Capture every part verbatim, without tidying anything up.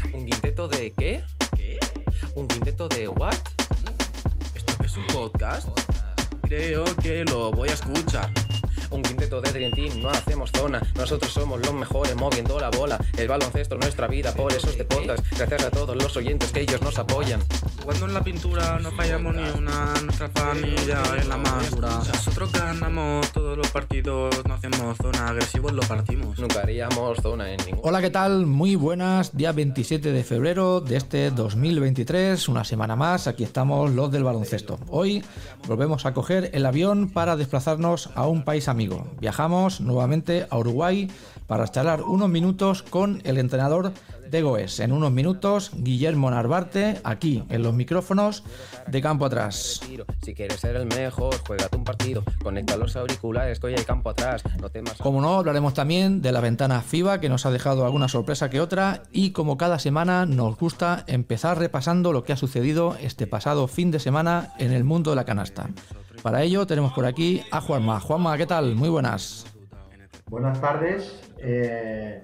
¿Un quinteto de qué? ¿Qué? ¿Un quinteto de what? ¿Esto qué es un podcast? Creo que lo voy a escuchar. Un quinteto de Dream Team, no hacemos zona. Nosotros somos los mejores moviendo la bola. El baloncesto es nuestra vida, por eso este podcast. Gracias a todos los oyentes que ellos nos apoyan. Jugando en la pintura no fallamos ni una, nuestra familia es la más dura. Nosotros ganamos todos los partidos, no hacemos zona, agresivos lo partimos. Nunca haríamos zona en ningún... Hola, ¿qué tal? Muy buenas, día veintisiete de febrero de este dos mil veintitrés, una semana más, aquí estamos los del baloncesto. Hoy volvemos a coger el avión para desplazarnos a un país amigo. Viajamos nuevamente a Uruguay para charlar unos minutos con el entrenador de Goes. En unos minutos, Guillermo Narvarte, aquí en los micrófonos de Campo Atrás. Si quieres ser el mejor, juégate un partido. Conecta los auriculares, que hoy hay campo atrás. No temas... Como no, hablaremos también de la ventana FIBA, que nos ha dejado alguna sorpresa que otra. Y como cada semana, nos gusta empezar repasando lo que ha sucedido este pasado fin de semana en el mundo de la canasta. Para ello, tenemos por aquí a Juanma. Juanma, ¿qué tal? Muy buenas. Buenas tardes. Eh...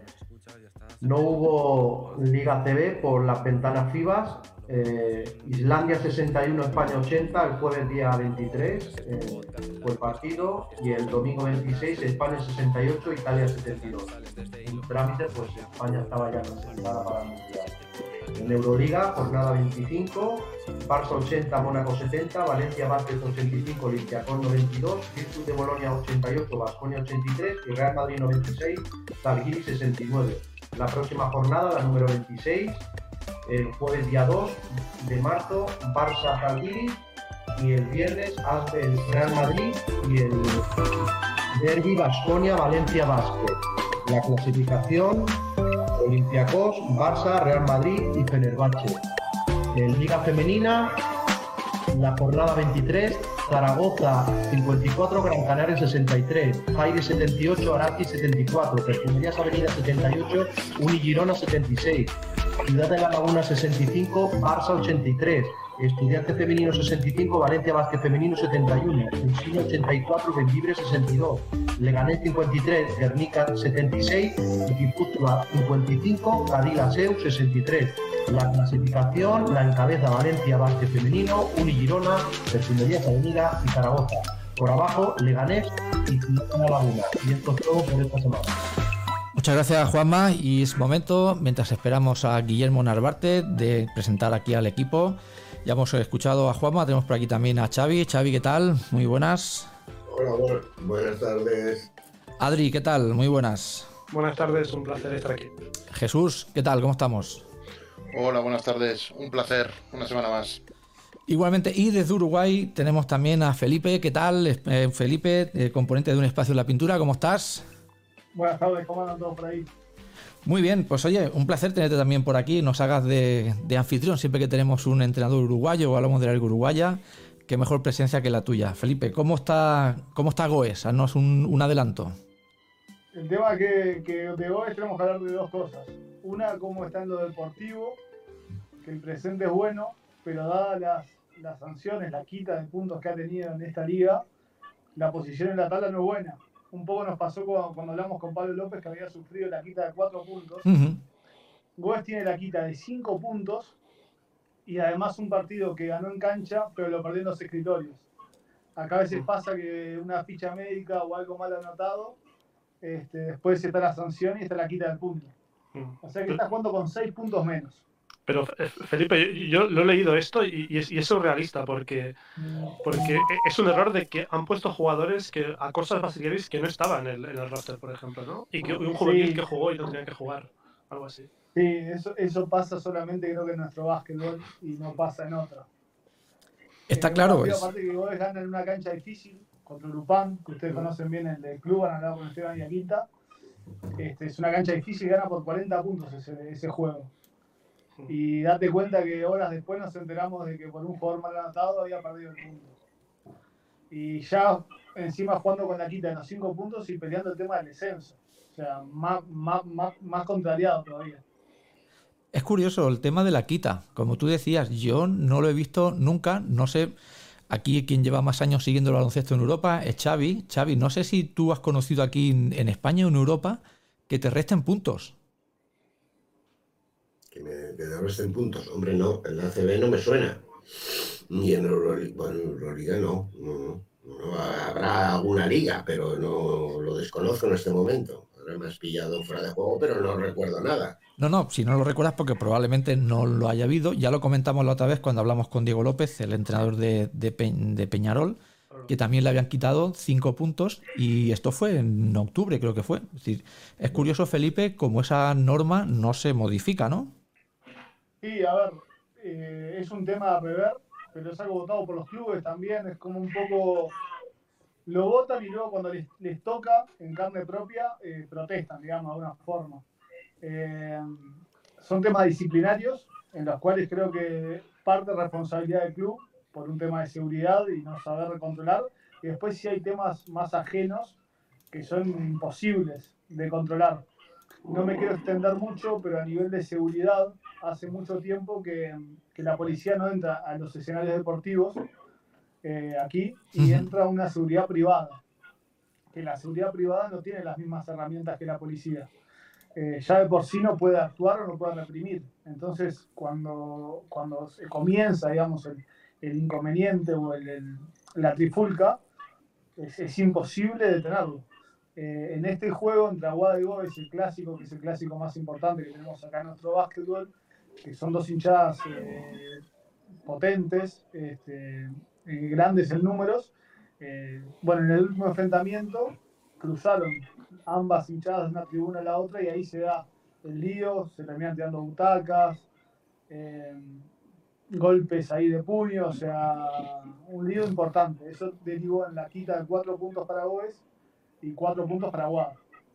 No hubo Liga C B por las ventanas FIBA. Eh, Islandia sesenta y uno, España ochenta, el jueves día veintitrés eh, fue el partido, y el domingo veintiséis España sesenta y ocho, Italia setenta y dos. En trámite, pues España estaba ya clasificada para el Mundial. En Euroliga, jornada veinticinco, Barça ochenta, Mónaco setenta, Valencia Basket ochenta y cinco, Olympiacos noventa y dos, Virtus de Bolonia ochenta y ocho, Baskonia ochenta y tres y Real Madrid noventa y seis, Zalgiris sesenta y nueve. La próxima jornada, la número veintiséis, el jueves día dos de marzo, Barça Zalgiris, y el viernes el Real Madrid y el Derby Baskonia Valencia Basket. La clasificación: Olympiacos, Barça, Real Madrid y Fenerbahce. En Liga Femenina, la jornada veintitrés, Zaragoza cincuenta y cuatro, Gran Canaria sesenta y tres, Jaire setenta y ocho, Araski setenta y cuatro, Perfumerías Avenida setenta y ocho, Uni Girona setenta y seis, Ciudad de la Laguna sesenta y cinco, Barça ochenta y tres, Estudiante Femenino sesenta y cinco, Valencia Basket Femenino setenta y uno, Ensino ochenta y cuatro, Bembibre sesenta y dos, Leganés cincuenta y tres, Guernica setenta y seis, Guipúzcoa cincuenta y cinco, Cadil Aseu sesenta y tres. La clasificación la encabeza Valencia Basket Femenino, Uni Girona, Perfumerías Avenida y Zaragoza. Por abajo, Leganés y Ciudad de la Laguna. Y esto es todo por esta semana. Muchas gracias, Juanma, y es momento, mientras esperamos a Guillermo Narvarte, de presentar aquí al equipo. Ya hemos escuchado a Juanma, tenemos por aquí también a Xavi. Xavi, ¿qué tal? Muy buenas. Hola, bueno, buenas tardes. Adri, ¿qué tal? Muy buenas. Buenas tardes, un placer estar aquí. Jesús, ¿qué tal? ¿Cómo estamos? Hola, buenas tardes. Un placer, una semana más. Igualmente, y desde Uruguay tenemos también a Felipe. ¿Qué tal? Eh, Felipe, eh, componente de Un Espacio en la Pintura, ¿cómo estás? Buenas tardes, ¿cómo andan todos por ahí? Muy bien, pues oye, un placer tenerte también por aquí. Nos hagas de, de anfitrión siempre que tenemos un entrenador uruguayo o hablamos de la liga uruguaya. Qué mejor presencia que la tuya. Felipe, ¿cómo está, cómo está Goes? Haznos un, un adelanto. El tema que, que de Goes tenemos que hablar de dos cosas. Una, cómo está en lo deportivo, que el presente es bueno, pero dadas las, las sanciones, la quita de puntos que ha tenido en esta liga, la posición en la tabla no es buena. Un poco nos pasó cuando, cuando hablamos con Pablo López, que había sufrido la quita de cuatro puntos. Uh-huh. Goes tiene la quita de cinco puntos y además un partido que ganó en cancha, pero lo perdió en los escritorios. Acá a veces pasa que una ficha médica o algo mal anotado, este, después está la sanción y está la quita del punto. O sea que está jugando con seis puntos menos. Pero Felipe, yo lo he leído esto y, y, es, y es surrealista porque, porque es un error de que han puesto jugadores que a cosas básicas que no estaban en el, en el roster, por ejemplo, ¿no? Y que un juvenil sí. que jugó y no tenía que jugar, algo así. Sí, eso, eso pasa solamente creo que en nuestro básquetbol y no pasa en otro. Está eh, claro. Partido, Es. Aparte que Goes gana en una cancha difícil contra Lupán, que ustedes conocen bien el del club, han hablado con Esteban y Aquinta. Este, es una cancha difícil, gana por cuarenta puntos ese, ese juego. Y date cuenta que horas después nos enteramos de que por un jugador mal anotado había perdido el punto. Y ya encima jugando con la quita de los cinco puntos y peleando el tema del descenso. O sea, más, más, más, más contrariado todavía. Es curioso el tema de la quita. Como tú decías, yo no lo he visto nunca. No sé, aquí quien lleva más años siguiendo el baloncesto en Europa es Xavi. Xavi, no sé si tú has conocido aquí en España o en Europa que te resten puntos. que me que me resten puntos. Hombre, no, en la A C B no me suena. Ni en Euroliga, bueno, en Euroliga no, no, no, habrá alguna liga, pero no lo desconozco en este momento. Ahora me has pillado fuera de juego, pero no recuerdo nada. No, no, si no lo recuerdas porque probablemente no lo haya habido. Ya lo comentamos la otra vez cuando hablamos con Diego López, el entrenador de, de, Pe de Peñarol, que también le habían quitado cinco puntos y esto fue en octubre, creo que fue. Es decir, es curioso, Felipe, cómo esa norma no se modifica, ¿no? Sí, a ver, eh, es un tema a rever, pero es algo votado por los clubes también, es como un poco... Lo votan y luego cuando les, les toca en carne propia, eh, protestan, digamos, de alguna forma. Eh, son temas disciplinarios en los cuales creo que parte de responsabilidad del club por un tema de seguridad y no saber controlar, y después sí hay temas más ajenos que son imposibles de controlar. No me quiero extender mucho, pero a nivel de seguridad, hace mucho tiempo que, que la policía no entra a los escenarios deportivos eh, aquí y entra una seguridad privada, que la seguridad privada no tiene las mismas herramientas que la policía. Eh, ya de por sí no puede actuar o no puede reprimir. Entonces, cuando, cuando se comienza, digamos, el, el inconveniente o el, el, la trifulca, es, es imposible detenerlo. Eh, en este juego entre Aguada y Goes, el clásico, que es el clásico más importante que tenemos acá en nuestro básquetbol, que son dos hinchadas eh, potentes, este, eh, grandes en números. Eh, bueno, en el último enfrentamiento cruzaron ambas hinchadas de una tribuna a la otra y ahí se da el lío, se terminan tirando butacas, eh, golpes ahí de puño, o sea, un lío importante. Eso derivó en la quita de cuatro puntos para Goes y cuatro puntos para Aguada.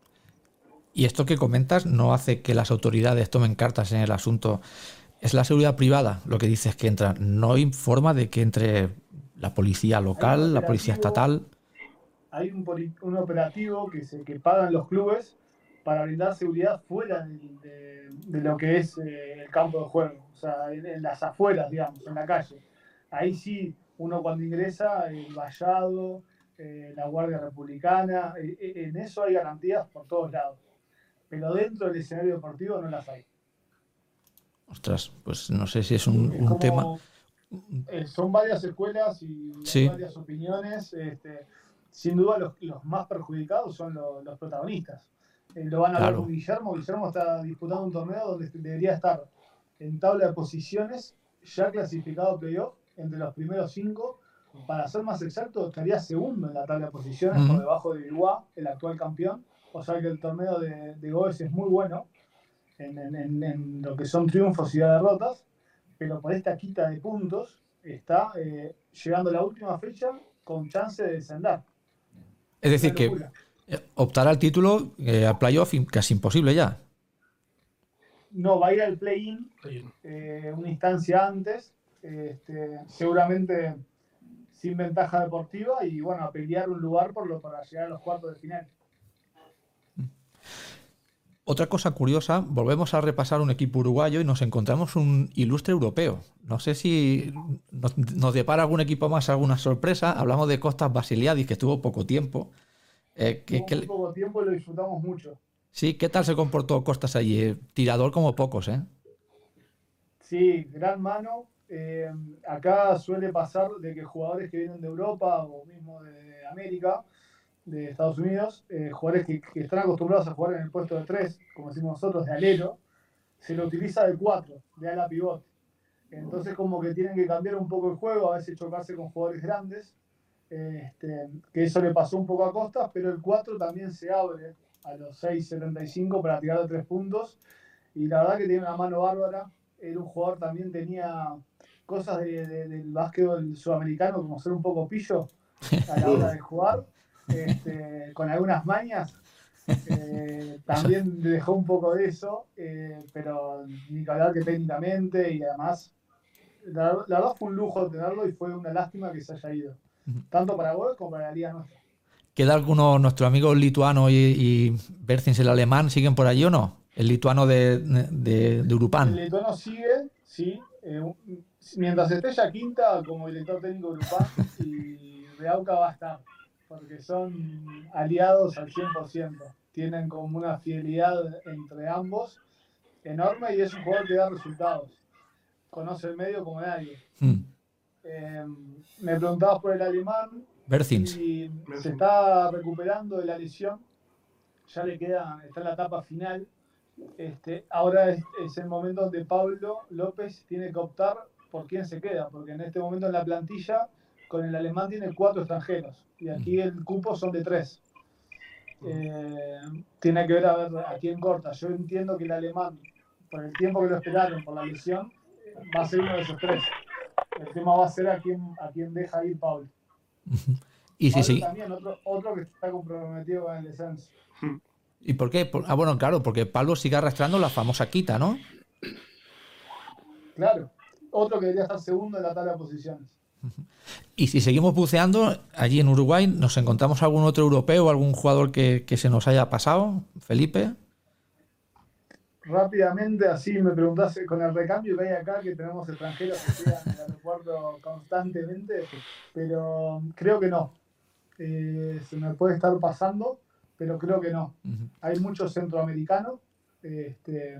Y esto que comentas no hace que las autoridades tomen cartas en el asunto. Es la seguridad privada lo que dices que entra. No hay forma de que entre la policía local, la policía estatal. Hay un, un operativo que, se, que pagan los clubes para brindar seguridad fuera de, de, de lo que es eh, el campo de juego, o sea, en, en las afueras, digamos, en la calle. Ahí sí, uno cuando ingresa, el vallado, eh, la Guardia Republicana, eh, en eso hay garantías por todos lados. Pero dentro del escenario deportivo no las hay. Ostras, pues no sé si es un, es un como, tema... Eh, son varias escuelas y sí. varias opiniones. Este, sin duda los, los más perjudicados son los, los protagonistas. Eh, lo van a claro. ver con Guillermo. Guillermo está disputando un torneo donde debería estar en tabla de posiciones, ya clasificado playoff, entre los primeros cinco. Para ser más exacto, estaría segundo en la tabla de posiciones, uh-huh. por debajo de Bilbao, el actual campeón. O sea que el torneo de, de Goes es muy bueno en, en, en lo que son triunfos y derrotas, pero por esta quita de puntos está eh, llegando la última fecha con chance de descender. Es decir, que optar al título, eh, al playoff, casi imposible ya. No, va a ir al play-in, eh, una instancia antes, este, seguramente sin ventaja deportiva, y bueno, a pelear un lugar por lo, para llegar a los cuartos de final. Otra cosa curiosa, volvemos a repasar un equipo uruguayo y nos encontramos un ilustre europeo. No sé si nos, nos depara algún equipo más, alguna sorpresa. Hablamos de Costas Basiliadis, que estuvo poco tiempo. Eh, que, que, poco tiempo y lo disfrutamos mucho. Sí, ¿qué tal se comportó Costas allí? Tirador como pocos, ¿eh? Sí, gran mano. Eh, acá suele pasar de que jugadores que vienen de Europa o mismo de América, de Estados Unidos, eh, jugadores que, que están acostumbrados a jugar en el puesto de tres, como decimos nosotros, de alero, se lo utiliza de cuatro, de ala pivote. Entonces como que tienen que cambiar un poco el juego, a veces chocarse con jugadores grandes, eh, este, que eso le pasó un poco a Costas, pero el cuatro también se abre a los seis setenta y cinco para tirar de tres puntos, y la verdad que tiene una mano bárbara. Era un jugador, también tenía cosas de, de, del básquetbol sudamericano, como ser un poco pillo a la hora de jugar. Este, con algunas mañas, eh, también dejó un poco de eso, eh, pero ni que hablar que técnicamente, y además la, la verdad fue un lujo tenerlo y fue una lástima que se haya ido, tanto para Goes como para la liga nuestra. ¿Queda alguno, nuestros amigos lituanos y, y Bercins, el alemán, siguen por allí o no? El lituano de, de, de Urupán. El lituano sigue, sí, eh, mientras esté ya Quinta como director técnico de Urupán, y Reauca va a estar, porque son aliados al cien por ciento. Tienen como una fidelidad entre ambos enorme y es un jugador que da resultados. Conoce el medio como nadie. Mm. Eh, me preguntabas por el alemán. Bercins. Y se está recuperando de la lesión. Ya le queda, está en la etapa final. Este, ahora es, es el momento donde Pablo López tiene que optar por quién se queda, porque en este momento en la plantilla con el alemán tiene cuatro extranjeros y aquí el cupo son de tres. Eh, tiene que ver a ver a quién corta. Yo entiendo que el alemán, por el tiempo que lo esperaron por la lesión, va a ser uno de esos tres. El tema va a ser a quién, a quién deja ir Pablo. Y si sí. También otro, otro que está comprometido con el descenso. ¿Y por qué? Por, ah, bueno, claro, porque Pablo sigue arrastrando la famosa quita, ¿no? Claro. Otro que debería estar segundo en la tabla de posiciones. Y si seguimos buceando, allí en Uruguay, ¿nos encontramos algún otro europeo o algún jugador que, que se nos haya pasado? Felipe. Rápidamente, así me preguntás con el recambio que hay acá, que tenemos extranjeros que llegan al aeropuerto constantemente, pero creo que no. Eh, se me puede estar pasando, pero creo que no. Uh-huh. Hay muchos centroamericanos, este,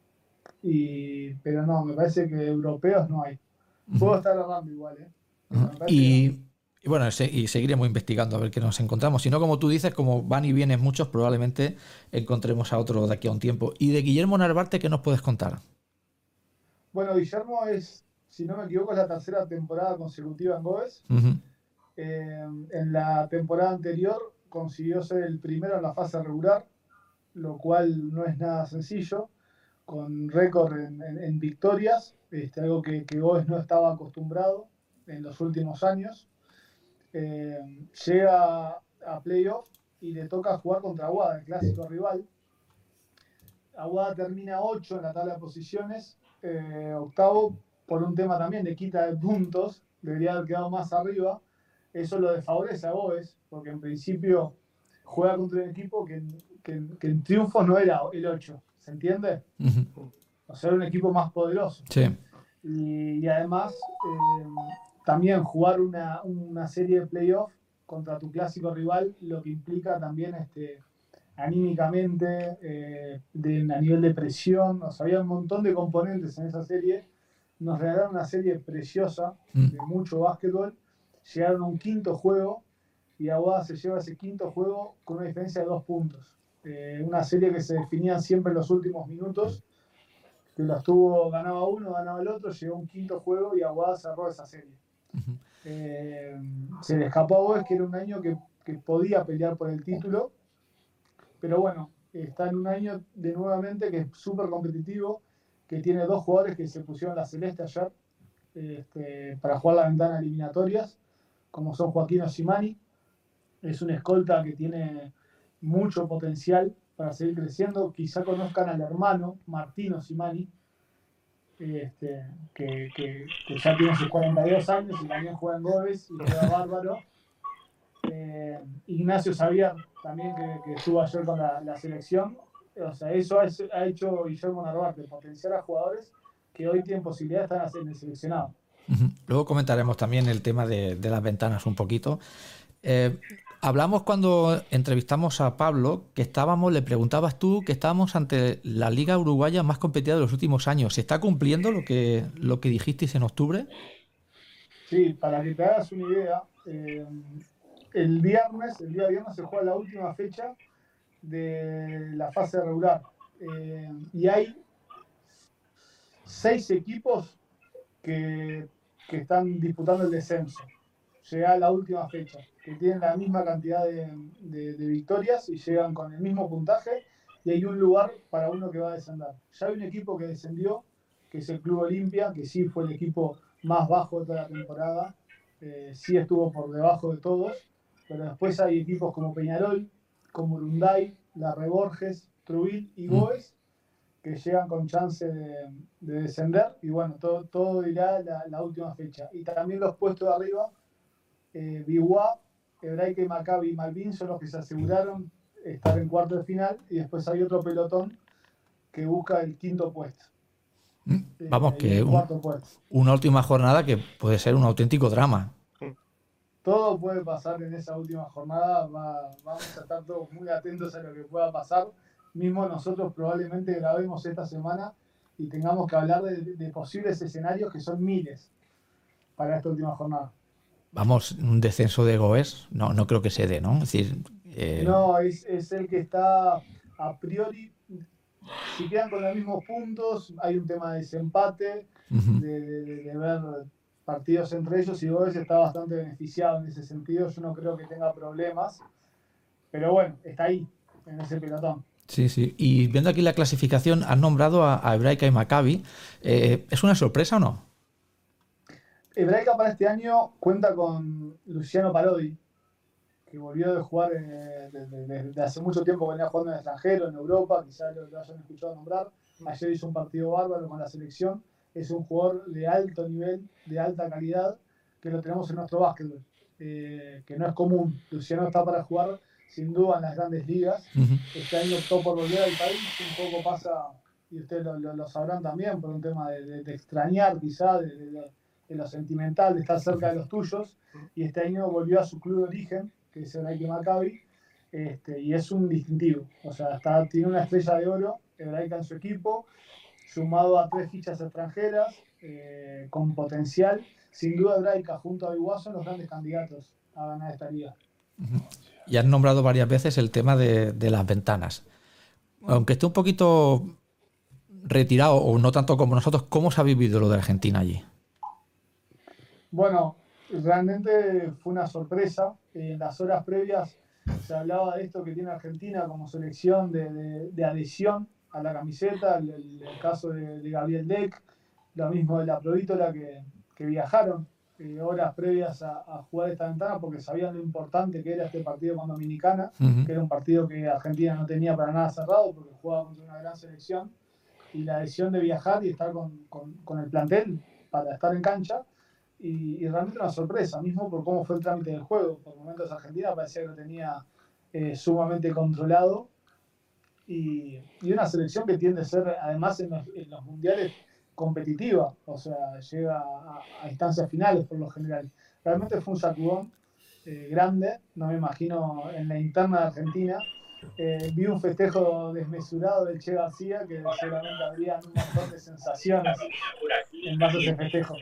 y, pero no, me parece que europeos no hay. Puedo uh-huh. estar hablando igual, ¿eh? Uh-huh. Y, y bueno, se, y seguiremos investigando a ver qué nos encontramos. Si no, como tú dices, como van y vienen muchos, probablemente encontremos a otro de aquí a un tiempo. ¿Y de Guillermo Narvarte qué nos puedes contar? Bueno, Guillermo es, si no me equivoco, es la tercera temporada consecutiva en Goes. Uh-huh. Eh, en la temporada anterior consiguió ser el primero en la fase regular, lo cual no es nada sencillo, con récord en, en, en victorias, este, algo que, que Goes no estaba acostumbrado en los últimos años. Eh, llega a playoff y le toca jugar contra Aguada, el clásico rival. Aguada termina ocho en la tabla de posiciones, eh, octavo por un tema también de quita de puntos, debería haber quedado más arriba. Eso lo desfavorece a Goes, porque en principio juega contra un equipo que, que, que en triunfos no era el ocho, ¿se entiende? Uh-huh. O sea, era un equipo más poderoso. Sí. Y, y además, eh, también jugar una, una serie de playoff contra tu clásico rival, lo que implica también este, anímicamente, eh, de, a nivel de presión. O sea, había un montón de componentes en esa serie. Nos regalaron una serie preciosa, de mucho básquetbol. Llegaron a un quinto juego y Aguada se lleva ese quinto juego con una diferencia de dos puntos. Eh, una serie que se definía siempre en los últimos minutos, que lo estuvo, ganaba uno, ganaba el otro, llegó a un quinto juego y Aguada cerró esa serie. Uh-huh. Eh, se le escapó a Goes, que era un año que, que podía pelear por el título, pero bueno, está en un año de nuevamente que es súper competitivo, que tiene dos jugadores que se pusieron la celeste ayer este, para jugar la ventana eliminatorias, como son Joaquín Osimani. Es un escolta que tiene mucho potencial para seguir creciendo. Quizá conozcan al hermano Martín Osimani, este, que, que, que ya tiene sus cuarenta y dos años y también juega en Goes y juega bárbaro. Eh, Ignacio Xavier también, que, que estuvo ayer con la, la selección. O sea, eso ha, ha hecho Guillermo Narvarte, potenciar a jugadores que hoy tienen posibilidad de estar en el seleccionado. Uh-huh. Luego comentaremos también el tema de, de las ventanas un poquito. Eh, hablamos cuando entrevistamos a Pablo que estábamos, le preguntabas tú que estábamos ante la liga uruguaya más competida de los últimos años. ¿Se está cumpliendo lo que, lo que dijisteis en octubre? Sí, para que te hagas una idea, eh, el viernes, el día viernes se juega la última fecha de la fase regular. Eh, y hay seis equipos que, que están disputando el descenso. Llega a la última fecha, que tienen la misma cantidad de, de, de victorias y llegan con el mismo puntaje, y hay un lugar para uno que va a descender. Ya hay un equipo que descendió, que es el Club Olimpia, que sí fue el equipo más bajo de toda la temporada, eh, sí estuvo por debajo de todos, pero después hay equipos como Peñarol, como Urunday, La Reborges, Trujillo y Goes, que llegan con chance de, de descender, y bueno, todo, todo irá la, la última fecha. Y también los puestos de arriba, eh, Biguá, Hebraica y Maccabi y Malvin son los que se aseguraron estar en cuarto de final, y después hay otro pelotón que busca el quinto puesto. Vamos, eh, que un, una última jornada que puede ser un auténtico drama. Todo puede pasar en esa última jornada, va, vamos a estar todos muy atentos a lo que pueda pasar, mismo nosotros probablemente grabemos esta semana y tengamos que hablar de, de posibles escenarios que son miles para esta última jornada. Vamos, un descenso de Goes, no, no creo que se dé, ¿no? Es decir, eh... no, es, es el que está a priori, si quedan con los mismos puntos, hay un tema de desempate, uh-huh. de, de, de ver partidos entre ellos, y Goes está bastante beneficiado en ese sentido, yo no creo que tenga problemas, pero bueno, está ahí, en ese pelotón. Sí, sí, y viendo aquí la clasificación, has nombrado a, a Hebraica y Maccabi, eh, ¿es una sorpresa o no? Hebraica para este año cuenta con Luciano Parodi, que volvió de jugar eh, desde de, de hace mucho tiempo, venía jugando en el extranjero, en Europa, quizás lo, lo hayan escuchado nombrar. Ayer hizo un partido bárbaro con la selección. Es un jugador de alto nivel, de alta calidad, que lo tenemos en nuestro básquetbol, eh, que no es común. Luciano está para jugar sin duda en las grandes ligas. Uh-huh. Este año optó por volver al país, un poco pasa, y ustedes lo, lo, lo sabrán también, por un tema de, de, de extrañar quizás, de, de, de de lo sentimental, de estar cerca de los tuyos, y este año volvió a su club de origen, que es Hebraica y Maccabi, este, y es un distintivo, o sea, está, tiene una estrella de oro, Hebraica en su equipo, sumado a tres fichas extranjeras, eh, con potencial, sin duda Hebraica junto a Iguá son los grandes candidatos a ganar esta liga. Y has nombrado varias veces el tema de, de las ventanas, aunque esté un poquito retirado, o no tanto como nosotros, ¿cómo se ha vivido lo de Argentina allí? Bueno, realmente fue una sorpresa. En las horas previas se hablaba de esto que tiene Argentina como selección de, de, de adhesión a la camiseta, el, el, el caso de, de Gabriel Deck, lo mismo de la Provítola, que, que viajaron eh, horas previas a, a jugar esta ventana porque sabían lo importante que era este partido con Dominicana, uh-huh. que era un partido que Argentina no tenía para nada cerrado porque jugaba contra una gran selección, y la adhesión de viajar y estar con, con, con el plantel para estar en cancha. Y, y realmente una sorpresa, mismo por cómo fue el trámite del juego. Por momentos Argentina parecía que lo tenía eh, sumamente controlado, y, y una selección que tiende a ser, además en los, en los mundiales, competitiva, o sea, llega a, a instancias finales por lo general. Realmente fue un sacudón eh, grande, no me imagino en la interna de Argentina. Eh, vi un festejo desmesurado del Che García, que seguramente habría un montón de sensaciones en base a ese festejo.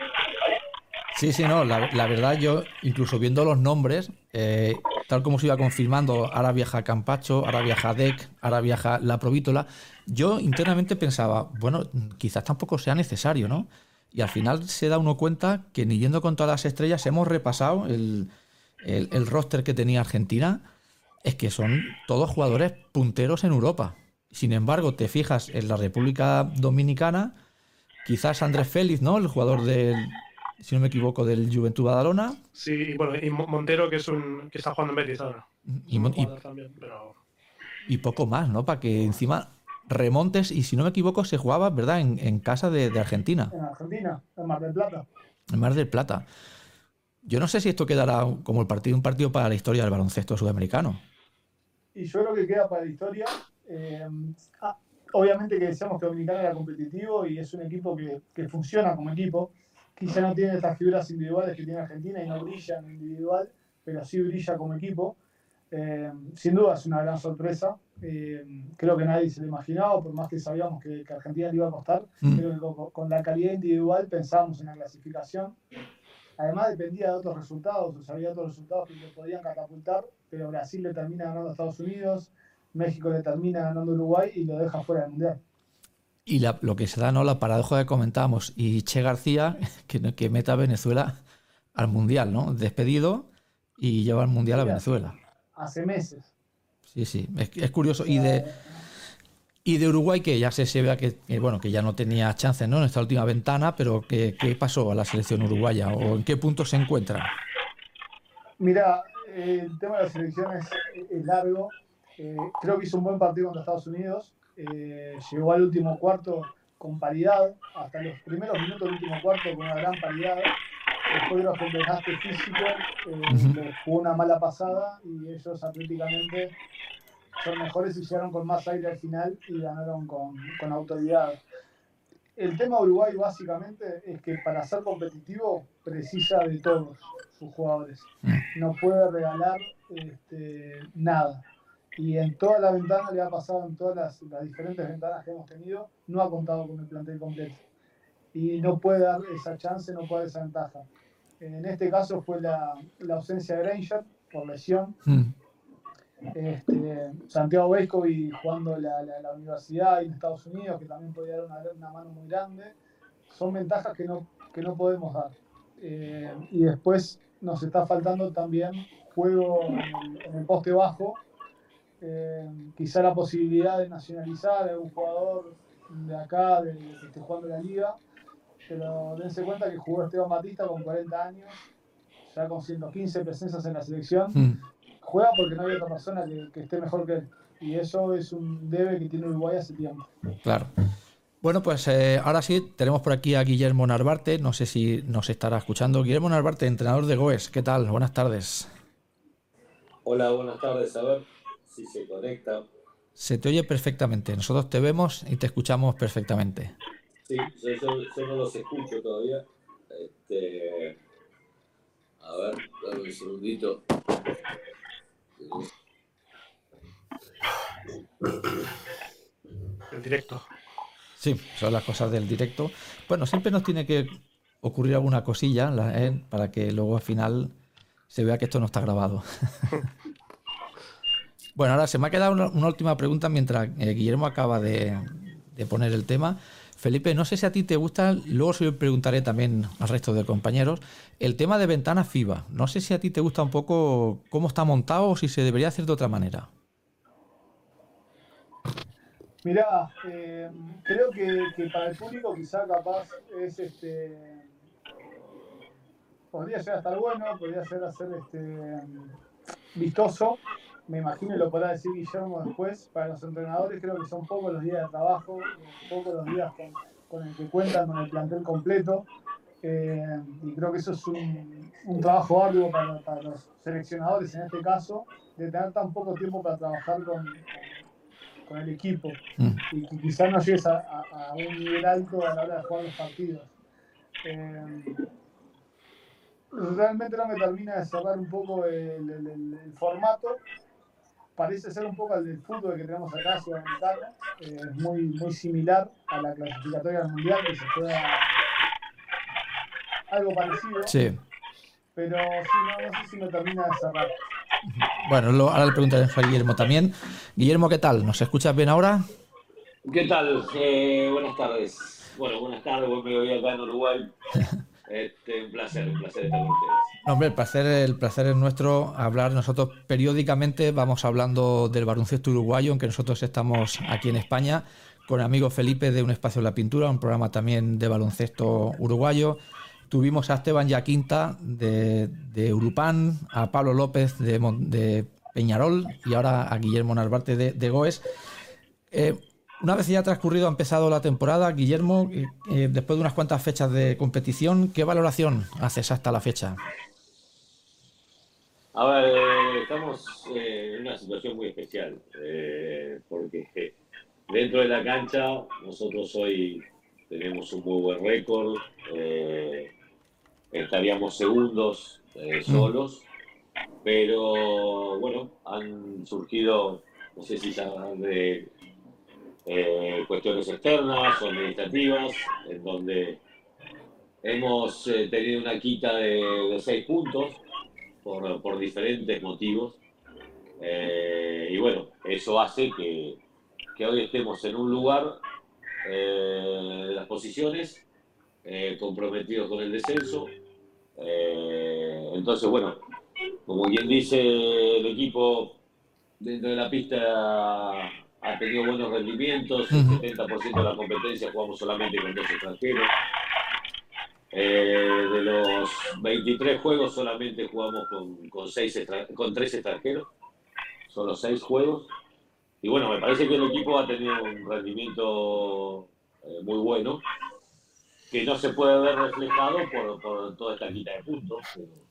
Sí, sí, no, la, la verdad yo, incluso viendo los nombres, eh, tal como se iba confirmando, ahora viaja Campacho, ahora viaja Deck, ahora viaja la Provítola, yo internamente pensaba, bueno, quizás tampoco sea necesario, ¿no? Y al final se da uno cuenta que ni yendo con todas las estrellas hemos repasado el, el, el roster que tenía Argentina, es que son todos jugadores punteros en Europa. Sin embargo, te fijas en la República Dominicana, quizás Andrés Félix, ¿no? El jugador del... si no me equivoco, del Juventud Badalona. Sí, y bueno, y Montero, que es un que está jugando en Betis ahora. Y, y, también, pero... y poco más, ¿no? Para que encima remontes, y si no me equivoco, se jugaba, ¿verdad?, en, en casa de, de Argentina. En Argentina, en Mar del Plata. En Mar del Plata. Yo no sé si esto quedará como el partido, un partido para la historia del baloncesto sudamericano. Y yo creo que queda para la historia. Eh, ah, obviamente que decíamos que Dominicana era competitivo y es un equipo que, que funciona como equipo. Quizá no tiene estas figuras individuales que tiene Argentina y no brilla en individual, pero sí brilla como equipo. Eh, sin duda es una gran sorpresa. Eh, creo que nadie se lo imaginaba, por más que sabíamos que, que Argentina le iba a costar. Mm. Creo que con, con la calidad individual pensábamos en la clasificación. Además dependía de otros resultados, o sea, había otros resultados que le podían catapultar, pero Brasil le termina ganando a Estados Unidos, México le termina ganando a Uruguay y lo deja fuera del Mundial. Y la, lo que se da, ¿no?, la paradoja que comentábamos, y Che García, que, que meta a Venezuela al Mundial, ¿no? Despedido y lleva al Mundial a Venezuela. Hace meses. Sí, sí, es, es curioso. Y de, y de Uruguay, que ya se, se vea que, que, bueno, que ya no tenía chances, ¿no?, en esta última ventana, pero ¿qué, qué pasó a la selección uruguaya? ¿O en qué punto se encuentra? Mira, eh, el tema de la selección es, es largo. Eh, creo que hizo un buen partido contra Estados Unidos. Eh, llegó al último cuarto con paridad, hasta los primeros minutos del último cuarto con una gran paridad. Después de los desgaste físico, eh, uh-huh. jugó una mala pasada y ellos atléticamente son mejores y llegaron con más aire al final y ganaron con, con autoridad. El tema de Uruguay básicamente es que para ser competitivo precisa de todos sus jugadores. No puede regalar este, nada. y en toda la ventana le ha pasado, en todas las, las diferentes ventanas que hemos tenido, no ha contado con el plantel completo. Y no puede dar esa chance, no puede dar esa ventaja. En este caso fue la, la ausencia de Granger por lesión. Mm. Este, Santiago Vescovi jugando la, la, la universidad en Estados Unidos, que también podía dar una, una mano muy grande. Son ventajas que no, que no podemos dar. Eh, y después nos está faltando también juego en el, en el poste bajo. Eh, quizá la posibilidad de nacionalizar a un jugador de acá, de, de que esté jugando la liga. Pero dense cuenta que jugó Esteban Batista con cuarenta años, ya con ciento quince presencias en la selección. Mm. Juega porque no hay otra persona que, que esté mejor que él. Y eso es un debe que tiene Uruguay hace tiempo. Claro. Bueno, pues eh, ahora sí, tenemos por aquí a Guillermo Narvarte. No sé si nos estará escuchando. Guillermo Narvarte, entrenador de Goes. ¿Qué tal? Buenas tardes. Hola, buenas tardes. A ver si se conecta. Se te oye perfectamente. Nosotros te vemos y te escuchamos perfectamente. Sí, yo, yo, yo no los escucho todavía. Este, a ver, dame un segundito. El directo. Sí, son las cosas del directo. Bueno, siempre nos tiene que ocurrir alguna cosilla ¿eh? para que luego al final se vea que esto no está grabado. Bueno, ahora se me ha quedado una, una última pregunta mientras eh, Guillermo acaba de, de poner el tema. Felipe, no sé si a ti te gusta, luego se lo preguntaré también al resto de compañeros, el tema de ventana FIBA. No sé si a ti te gusta un poco cómo está montado o si se debería hacer de otra manera. Mirá, eh, creo que, que para el público quizá capaz es este podría llegar a estar bueno, podría ser hacer este vistoso. Me imagino y lo podrá decir Guillermo después. Para los entrenadores creo que son pocos los días de trabajo, pocos los días con, con el que cuentan con el plantel completo. Eh, y creo que eso es un, un trabajo arduo para, para los seleccionadores en este caso, de tener tan poco tiempo para trabajar con, con el equipo. Mm. Y que quizás no llegues a, a, a un nivel alto a la hora de jugar los partidos. Eh, realmente no me termina de cerrar un poco el, el, el, el formato. Parece ser un poco al del fútbol que tenemos acá, sudamericano. Eh, es muy, muy similar a la clasificatoria del mundial, que se juega algo parecido. Sí. Pero sí, no, no sé si me termina de cerrar. Bueno, lo, ahora le preguntaré a Guillermo también. Guillermo, ¿qué tal? ¿Nos escuchas bien ahora? ¿Qué tal? Eh, buenas tardes. Bueno, buenas tardes, buen mediodía acá en Uruguay. Este, un placer, un placer estar con ustedes. No, hombre, el placer, el placer es nuestro hablar. Nosotros periódicamente vamos hablando del baloncesto uruguayo, aunque nosotros estamos aquí en España, con el amigo Felipe de Un Espacio en la Pintura, un programa también de baloncesto uruguayo. Tuvimos a Esteban Yaquinta de, de Urupán, a Pablo López de, de Peñarol y ahora a Guillermo Narvarte de, de Goes. Eh, Una vez ya transcurrido, ha empezado la temporada, Guillermo, eh, después de unas cuantas fechas de competición, ¿qué valoración haces hasta la fecha? A ver, eh, estamos eh, en una situación muy especial, eh, porque eh, dentro de la cancha nosotros hoy tenemos un muy buen récord, eh, estaríamos segundos eh, solos, mm. pero bueno, han surgido, no sé si saben de... Eh, cuestiones externas o administrativas, en donde hemos eh, tenido una quita de, de seis puntos por, por diferentes motivos. Eh, y bueno, eso hace que, que hoy estemos en un lugar eh, de las posiciones, eh, comprometidos con el descenso. Eh, entonces, bueno, como quien dice, el equipo dentro de la pista ha tenido buenos rendimientos, el setenta por ciento de la competencia jugamos solamente con dos extranjeros. Eh, de los veintitrés juegos solamente jugamos con, con, seis extra, con tres extranjeros, solo seis juegos. Y bueno, me parece que el equipo ha tenido un rendimiento eh, muy bueno, que no se puede ver reflejado por, por toda esta quita de puntos.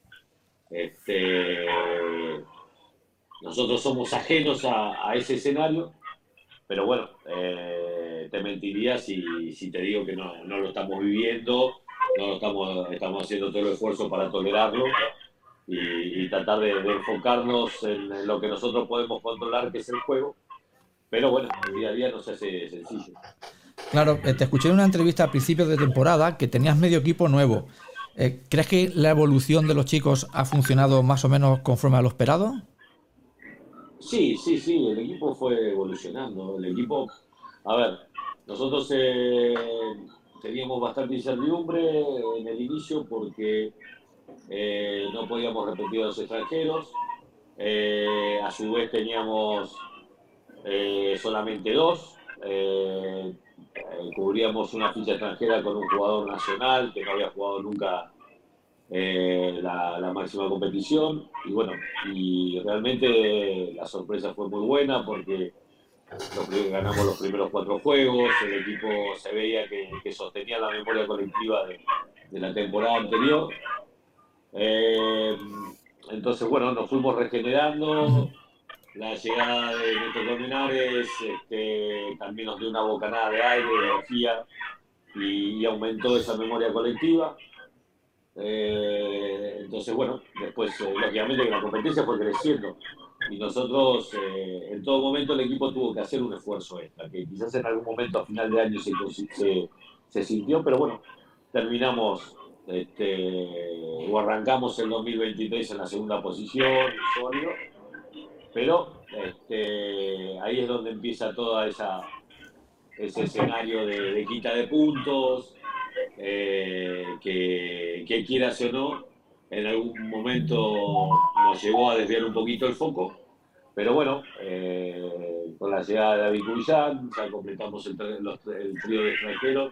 Este, nosotros somos ajenos a, a ese escenario. Pero bueno, eh, te mentiría si, si te digo que no, no lo estamos viviendo, no lo estamos, estamos haciendo todo el esfuerzo para tolerarlo. y, y tratar de, de enfocarnos en, en lo que nosotros podemos controlar, que es el juego. Pero bueno, el día a día no se hace sencillo. Claro, te escuché en una entrevista a principios de temporada que tenías medio equipo nuevo. Eh, ¿Crees que la evolución de los chicos ha funcionado más o menos conforme a lo esperado? Sí, sí, sí, el equipo fue evolucionando. El equipo, a ver, nosotros eh, teníamos bastante incertidumbre en el inicio porque eh, no podíamos repetir a los extranjeros. Eh, a su vez teníamos eh, solamente dos. Eh, eh, cubríamos una ficha extranjera con un jugador nacional que no había jugado nunca eh, la, la máxima competición, y bueno, y realmente la sorpresa fue muy buena porque los, ganamos los primeros cuatro juegos, el equipo se veía que, que sostenía la memoria colectiva de, de la temporada anterior. Eh, entonces bueno, nos fuimos regenerando. La llegada de Néstor Colmenares este, también nos dio una bocanada de aire, de energía, y, y aumentó esa memoria colectiva. Eh, entonces, bueno, después, eh, lógicamente, que la competencia fue creciendo. Y nosotros, eh, en todo momento, el equipo tuvo que hacer un esfuerzo extra, que quizás en algún momento a final de año se, se, se sintió, pero bueno, terminamos este, o arrancamos el dos mil veintitrés en la segunda posición, sólido. Pero este, ahí es donde empieza toda esa ese escenario de, de quita de puntos, eh, que, que quieras o no, en algún momento nos llevó a desviar un poquito el foco. Pero bueno, eh, con la llegada de David Cuyán, ya completamos el, los, el trío de extranjeros,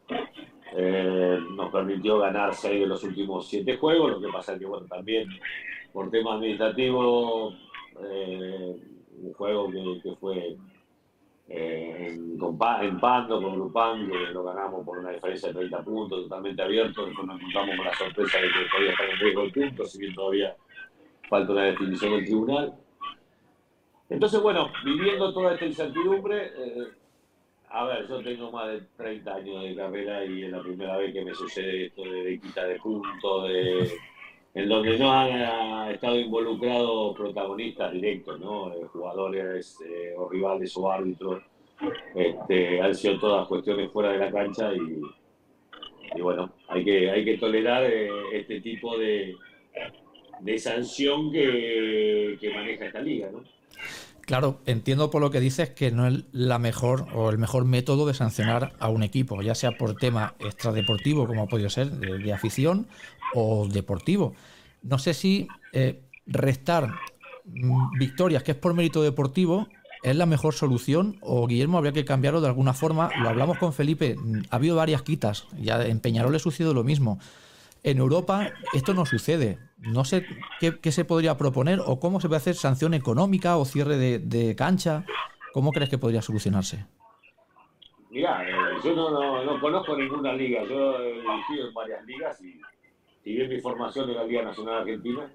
eh, nos permitió ganar seis de los últimos siete juegos. Lo que pasa es que, bueno, también por tema administrativo, Eh, un juego que, que fue eh, en, con, en Pando, con Lupán, que lo ganamos por una diferencia de treinta puntos, totalmente abierto. Después nos encontramos con la sorpresa de que podía estar en riesgo de puntos, si bien todavía falta una definición del tribunal. Entonces, bueno, viviendo toda esta incertidumbre, eh, a ver, yo tengo más de treinta años de carrera y es la primera vez que me sucede esto de, de quita de puntos, de en donde no han estado involucrados protagonistas directos, ¿no? Eh, jugadores eh, o rivales o árbitros. Este, han sido todas cuestiones fuera de la cancha y, y bueno, hay que, hay que tolerar eh, este tipo de, de sanción que, que maneja esta liga, ¿no? Claro, entiendo por lo que dices que no es la mejor o el mejor método de sancionar a un equipo, ya sea por tema extradeportivo, como ha podido ser, de, de afición, o deportivo. No sé si eh, restar mm, victorias, que es por mérito deportivo, es la mejor solución, o Guillermo habría que cambiarlo de alguna forma. Lo hablamos con Felipe, ha habido varias quitas, ya en Peñarol le sucedió lo mismo. En Europa esto no sucede. No sé qué, qué se podría proponer o cómo se puede hacer sanción económica o cierre de, de cancha. ¿Cómo crees que podría solucionarse? Mirá, eh, yo no, no, no conozco ninguna liga. Yo he dirigido en varias ligas y si bien mi formación de la Liga Nacional Argentina,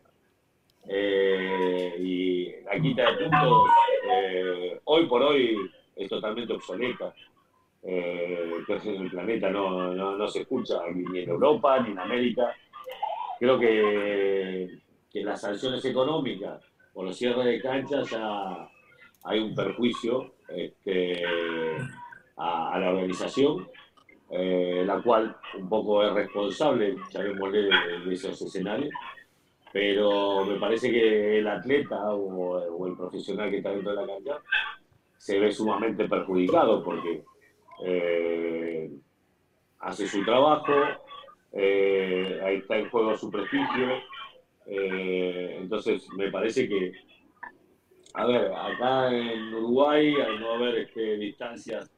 eh, y la quita de puntos eh, hoy por hoy es totalmente obsoleta. Eh, entonces en el planeta no, no, no se escucha ni en Europa ni en América. Creo que, que las sanciones económicas por los cierres de canchas ya hay un perjuicio este, a, a la organización, eh, la cual un poco es responsable, llamémosle, de, de esos escenarios, pero me parece que el atleta o, o el profesional que está dentro de la cancha se ve sumamente perjudicado porque Eh, hace su trabajo, eh, ahí está en juego su prestigio, eh, entonces me parece que, a ver, acá en Uruguay, al no haber este, distancias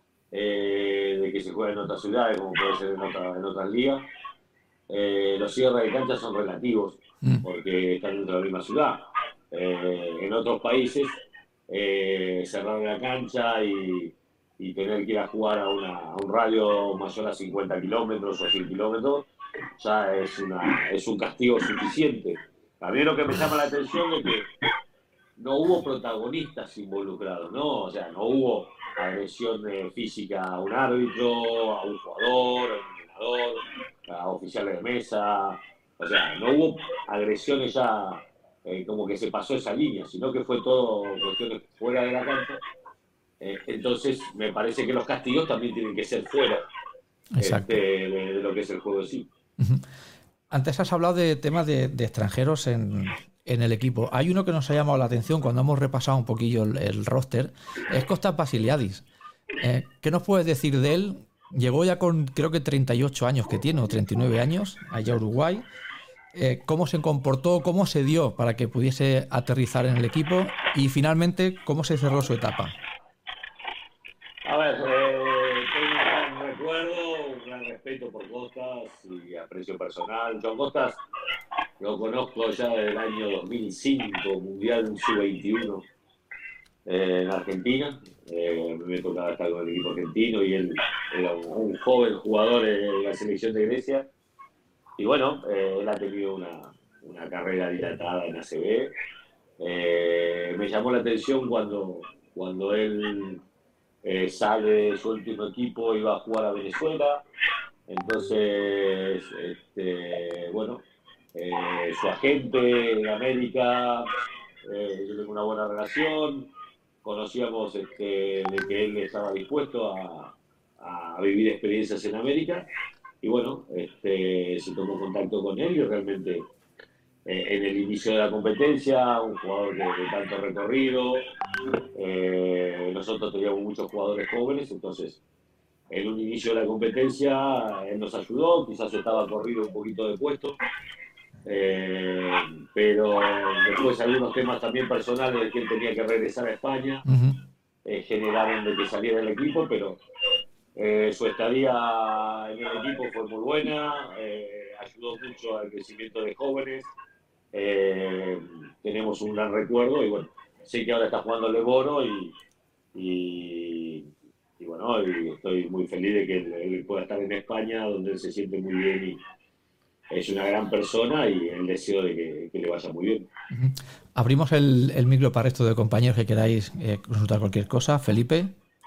eh, de que se juega en otras ciudades, como puede ser en, otra, en otras ligas, eh, los cierres de cancha son relativos, porque están dentro de la misma ciudad. Eh, en otros países, eh, cerrar la cancha y y tener que ir a jugar a, una, a un radio mayor a cincuenta kilómetros o cien kilómetros, ya es, una, es un castigo suficiente. También lo que me llama la atención es que no hubo protagonistas involucrados, ¿no? O sea, no hubo agresión física a un árbitro, a un jugador, a un entrenador, a oficiales de mesa, O sea, no hubo agresiones ya eh, como que se pasó esa línea, sino que fue todo cuestiones fuera de la cancha. Eh, entonces, me parece que los castigos también tienen que ser fuera este, de, de lo que es el juego en sí. Uh-huh. Antes has hablado de temas de, de extranjeros en, en el equipo. Hay uno que nos ha llamado la atención cuando hemos repasado un poquillo el, el roster, es Kostas Vasiliadis. Eh, ¿Qué nos puedes decir de él? Llegó ya con creo que treinta y ocho años que tiene, o treinta y nueve años, allá a Uruguay. Eh, ¿Cómo se comportó, cómo se dio para que pudiese aterrizar en el equipo y finalmente cómo se cerró su etapa? A ver, eh, tengo un gran recuerdo, un gran respeto por Kostas y aprecio personal. John Kostas lo conozco ya desde el año dos mil cinco, Mundial sub veintiuno eh, en Argentina. Eh, me tocaba estar con el equipo argentino y él era un, un joven jugador en la selección de Grecia. Y bueno, eh, él ha tenido una, una carrera dilatada en A C B. Eh, me llamó la atención cuando, cuando él... Eh, sale de su último equipo y va a jugar a Venezuela. Entonces, este, bueno, eh, su agente en América, eh, yo tengo una buena relación, conocíamos este, de que él estaba dispuesto a, a vivir experiencias en América y bueno, este, se tomó contacto con él y realmente eh, en el inicio de la competencia, un jugador de, de tanto recorrido, eh, nosotros teníamos muchos jugadores jóvenes, entonces en un inicio de la competencia él nos ayudó, quizás estaba corrido un poquito de puesto, eh, pero después algunos temas también personales de que él tenía que regresar a España uh-huh. eh, generaron de que saliera del equipo, pero eh, su estadía en el equipo fue muy buena, eh, ayudó mucho al crecimiento de jóvenes. Eh, tenemos un gran recuerdo y bueno, sé que ahora está jugando el Leboro y, y, y bueno, y estoy muy feliz de que él, él pueda estar en España donde él se siente muy bien y es una gran persona y el deseo de que, que le vaya muy bien. Uh-huh. Abrimos el, el micro para resto de compañeros que queráis eh, consultar cualquier cosa. Felipe.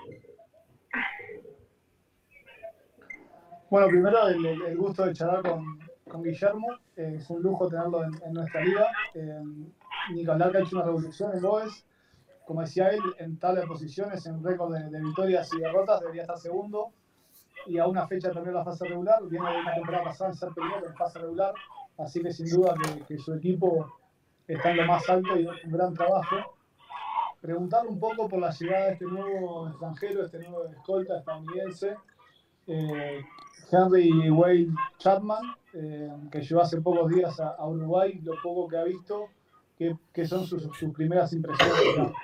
Bueno, primero el, el gusto de charlar con, con Guillermo. Eh, es un lujo tenerlo en, en nuestra liga. Eh, Nicolás que ha hecho una revolución en Boes. Como decía él, en tabla de posiciones, en récord de, de victorias y derrotas, debería estar segundo. Y a una fecha también la fase regular. Viene de una temporada pasada en ser primero en fase regular. Así que sin duda que, que su equipo está en lo más alto y un gran trabajo. Preguntarle un poco por la llegada de este nuevo extranjero, este nuevo escolta estadounidense, eh, Henry Wade Chapman, eh, que llegó hace pocos días a, a Uruguay, lo poco que ha visto, ¿qué, qué son sus, sus primeras impresiones?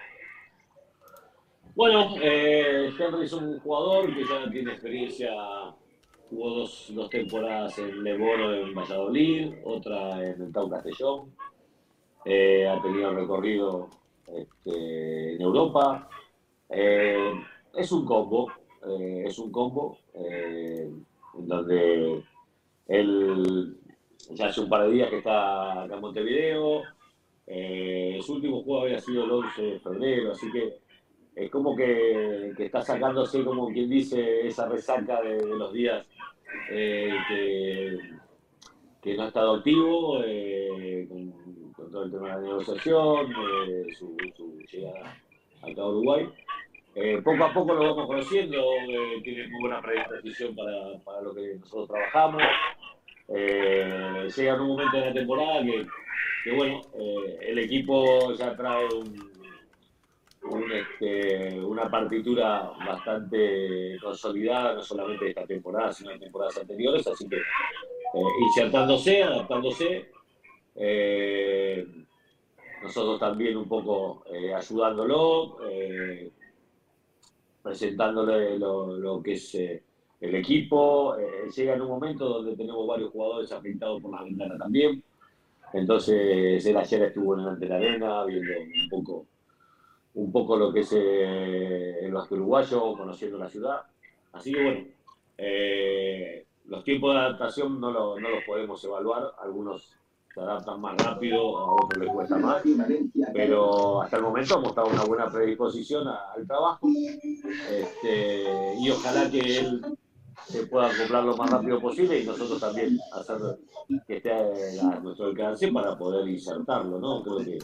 Bueno, eh, Henry es un jugador que ya tiene experiencia, jugó dos, dos temporadas en Leboro en Valladolid, otra en el Tau Castellón, eh, ha tenido recorrido este, en Europa, eh, es un combo, eh, es un combo eh, en donde él ya hace un par de días que está acá en Montevideo, eh, su último juego había sido el once de febrero, así que es como que, que está sacándose, como quien dice, esa resaca de, de los días eh, que, que no ha estado activo, eh, con, con todo el tema de la negociación, eh, su, su llegada acá a Uruguay. Eh, poco a poco lo vamos conociendo, eh, tiene muy buena predisposición para, para lo que nosotros trabajamos. Eh, llega en un momento de la temporada que, que bueno, eh, el equipo ya trae un, un, este, una partitura bastante consolidada, no solamente de esta temporada, sino de temporadas anteriores, así que eh, insertándose, adaptándose, eh, nosotros también un poco eh, ayudándolo, eh, presentándole lo, lo que es eh, el equipo. Eh, llega en un momento donde tenemos varios jugadores afectados por la ventana también, entonces él ayer estuvo en el de la arena viendo un poco un poco lo que es eh, el básquet uruguayo, conociendo la ciudad. Así que bueno, eh, los tiempos de adaptación no, lo, no los podemos evaluar, algunos se adaptan más rápido, a otros les cuesta más, pero hasta el momento hemos mostrado una buena predisposición a, al trabajo, este, y ojalá que él se pueda acoplar lo más rápido posible y nosotros también hacer que esté a nuestro alcance para poder insertarlo, ¿no? Creo que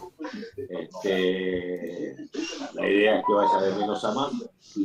este, la idea es que vaya de menos a más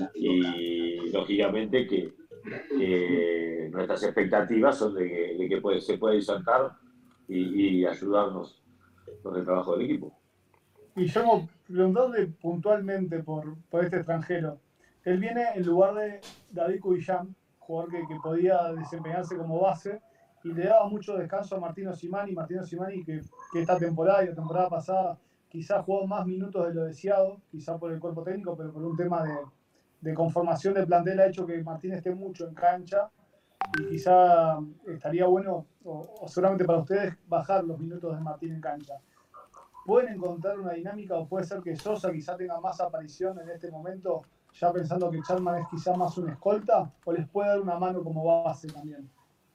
y lógicamente que, que nuestras expectativas son de que, de que puede, se pueda insertar y, y ayudarnos con el trabajo del equipo. Y yo preguntarle puntualmente por, por este extranjero. Él viene en lugar de David Cubillán, jugador que, que podía desempeñarse como base, y le daba mucho descanso a Martino Simani. Martino Simani que, que esta temporada y la temporada pasada quizás jugó más minutos de lo deseado, quizás por el cuerpo técnico, pero por un tema de, de conformación de plantel ha hecho que Martín esté mucho en cancha, y quizá estaría bueno, o, o seguramente para ustedes, bajar los minutos de Martín en cancha. ¿Pueden encontrar una dinámica o puede ser que Sosa quizá tenga más aparición en este momento, ya pensando que Chalman es quizá más un escolta, o les puede dar una mano como base también?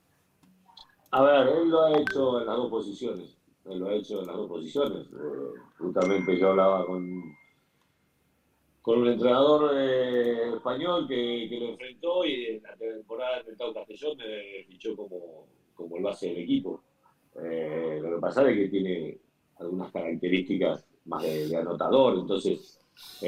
A ver, él lo ha hecho en las dos posiciones, él lo ha hecho en las dos posiciones. Eh, justamente yo hablaba con, con un entrenador eh, español que, que lo enfrentó y en la temporada del Tau Castellón me fichó como, como el base del equipo. Eh, lo que pasa es que tiene algunas características más de, de anotador, entonces,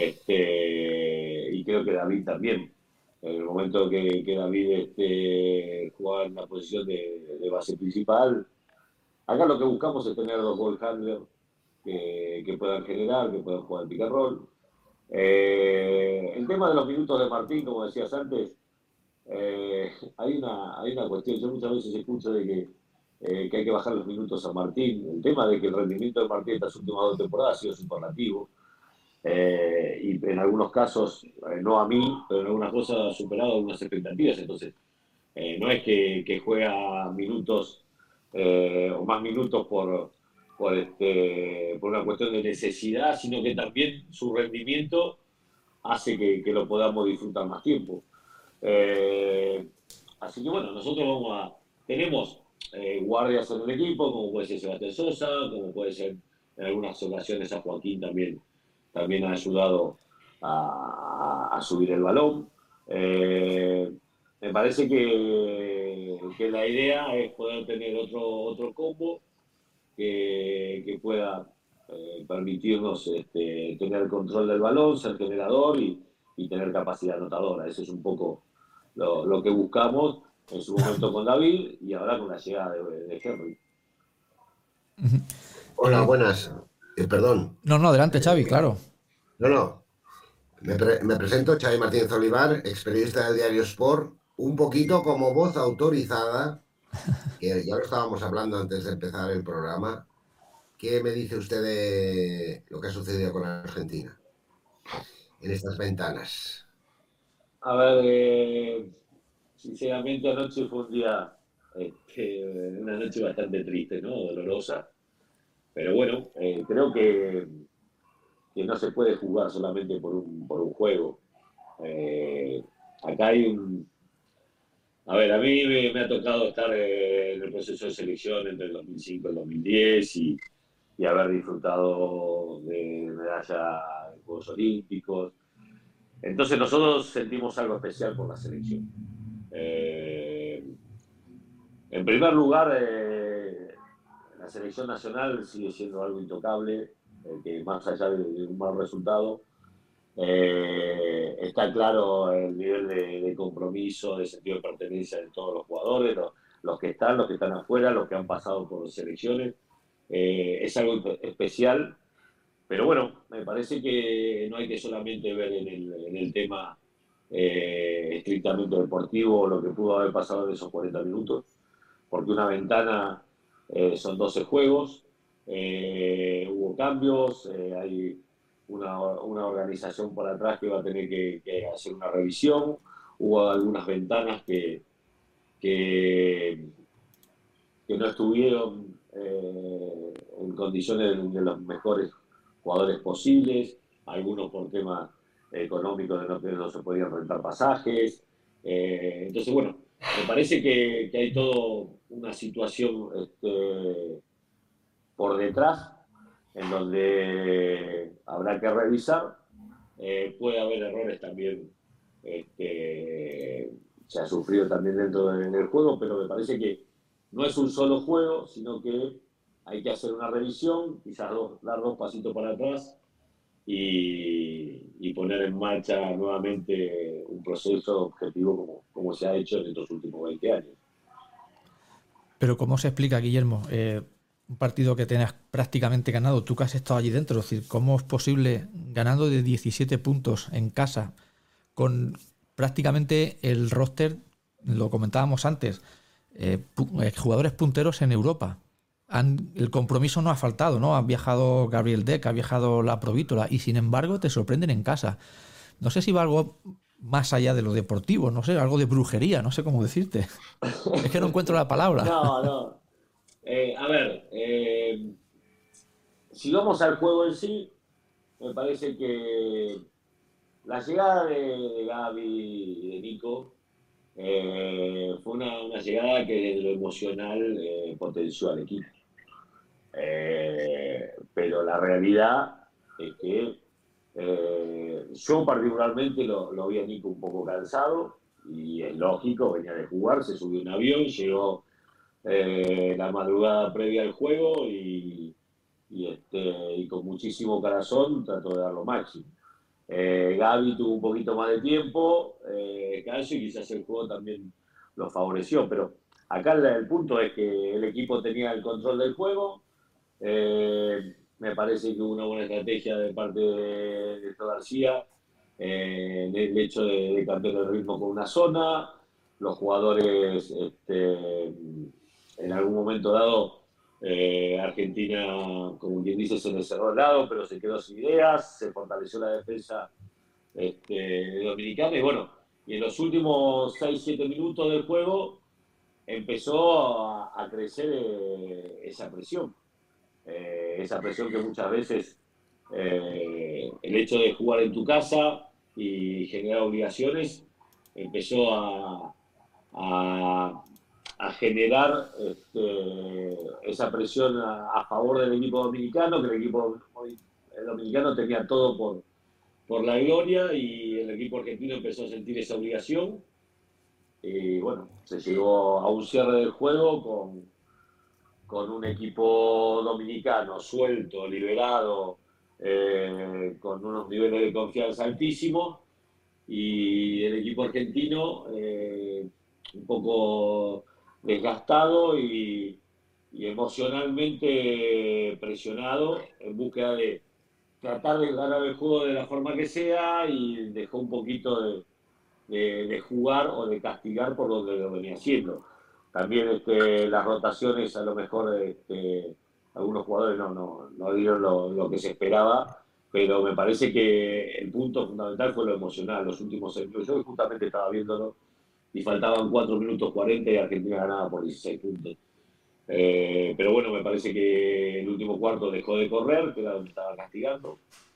este, y creo que David también. En el momento que, que David este, jugaba en la posición de, de base principal, acá lo que buscamos es tener dos ball handlers que, que puedan generar, que puedan jugar el pick and roll. Eh, el tema de los minutos de Martín, como decías antes, eh, hay, una, hay una cuestión, yo muchas veces escucho de que Eh, que hay que bajar los minutos a Martín. El tema de que el rendimiento de Martín estas últimas dos temporadas ha sido superlativo. Eh, y en algunos casos, eh, no a mí, pero en algunas cosas ha superado algunas expectativas. Entonces, eh, no es que, que juega minutos eh, o más minutos por, por, este, por una cuestión de necesidad, sino que también su rendimiento hace que, que lo podamos disfrutar más tiempo. Eh, así que bueno, nosotros vamos a... Tenemos Eh, guardias en el equipo, como puede ser Sebastián Sosa, como puede ser en algunas ocasiones a Joaquín también, también ha ayudado a, a subir el balón. Eh, me parece que, que la idea es poder tener otro, otro combo que, que pueda eh, permitirnos este, tener control del balón, ser generador y, y tener capacidad anotadora. Eso es un poco lo, lo que buscamos en su momento con David y ahora con la llegada de, de Henry. Hola, buenas. Eh, perdón. No, no, adelante, Xavi, claro. No, no. Me, pre me presento, Xavi Martínez Olivar, ex periodista del diario Sport, un poquito como voz autorizada, que ya lo estábamos hablando antes de empezar el programa. ¿Qué me dice usted de lo que ha sucedido con Argentina en estas ventanas? A ver, eh... sinceramente anoche fue un día, este, una noche bastante triste, ¿no? Dolorosa. Pero bueno, eh, creo que, que no se puede jugar solamente por un, por un juego. Eh, acá hay un... A ver, a mí me, me ha tocado estar eh, en el proceso de selección entre el dos mil cinco y el dos mil diez y, y haber disfrutado de medalla en Juegos Olímpicos. Entonces nosotros sentimos algo especial por la selección. Eh, en primer lugar, eh, la selección nacional sigue siendo algo intocable, eh, que más allá de, de un mal resultado, eh, está claro el nivel de, de compromiso, de sentido de pertenencia de todos los jugadores, los, los que están, los que están afuera, los que han pasado por selecciones. Eh, es algo especial, pero bueno, me parece que no hay que solamente ver en el, en el tema Eh, estrictamente deportivo lo que pudo haber pasado en esos cuarenta minutos, porque una ventana eh, son doce juegos, eh, hubo cambios, eh, hay una, una organización por atrás que va a tener que, que hacer una revisión, hubo algunas ventanas que, que, que no estuvieron eh, en condiciones de, de los mejores jugadores posibles, algunos por temas económicos de no, que no se podían rentar pasajes. Eh, entonces, bueno, me parece que, que hay toda una situación este, por detrás en donde habrá que revisar. Eh, puede haber errores también este, se ha sufrido también dentro del juego, pero me parece que no es un solo juego, sino que hay que hacer una revisión, quizás dos, dar dos pasitos para atrás y, y poner en marcha nuevamente un proceso objetivo como, como se ha hecho en estos últimos veinte años. Pero ¿cómo se explica, Guillermo, eh, un partido que tenías prácticamente ganado, tú que has estado allí dentro? Es decir, ¿cómo es posible, ganando de diecisiete puntos en casa, con prácticamente el roster, lo comentábamos antes, eh, pu- jugadores punteros en Europa? Han, el compromiso no ha faltado, ¿no? Ha viajado Gabriel Deck, ha viajado la Provítola y sin embargo te sorprenden en casa. No sé si va algo más allá de lo deportivo, no sé, algo de brujería, no sé cómo decirte. Es que no encuentro la palabra. No, no. Eh, a ver, eh, si vamos al juego en sí, me parece que la llegada de, de Gaby y de Nico eh, fue una, una llegada que desde lo emocional eh, potenció al equipo. Eh, pero la realidad es que eh, yo particularmente lo, lo vi a Nico un poco cansado y es lógico, venía de jugar, se subió a un avión, llegó eh, la madrugada previa al juego y, y, este, y con muchísimo corazón trató de dar lo máximo. Eh, Gaby tuvo un poquito más de tiempo, eh, descanso y quizás el juego también lo favoreció, pero acá el, el punto es que el equipo tenía el control del juego. Eh, me parece que hubo una buena estrategia de parte de Néstor García eh, en el hecho de, de cambiar el ritmo con una zona. Los jugadores, este, en algún momento dado, eh, Argentina, como quien dice, se le cerró el lado, pero se quedó sin ideas, se fortaleció la defensa este, dominicana y bueno, y en los últimos seis siete minutos del juego empezó a, a crecer eh, esa presión. Eh, esa presión que muchas veces eh, el hecho de jugar en tu casa y generar obligaciones empezó a, a, a generar este, esa presión a, a favor del equipo dominicano, que el equipo el dominicano tenía todo por, por la gloria y el equipo argentino empezó a sentir esa obligación y bueno, se llegó a un cierre del juego con con un equipo dominicano suelto, liberado, eh, con unos niveles de confianza altísimos, y el equipo argentino eh, un poco desgastado y, y emocionalmente presionado en búsqueda de tratar de ganar el juego de la forma que sea y dejó un poquito de, de, de jugar o de castigar por lo que lo venía haciendo. También este, las rotaciones, a lo mejor este, algunos jugadores no, no, no dieron lo, lo que se esperaba, pero me parece que el punto fundamental fue lo emocional. Los últimos seis minutos, yo justamente estaba viéndolo y faltaban cuatro minutos cuarenta y Argentina ganaba por dieciséis puntos. Eh, pero bueno, me parece que el último cuarto dejó de correr, que era donde estaba castigando.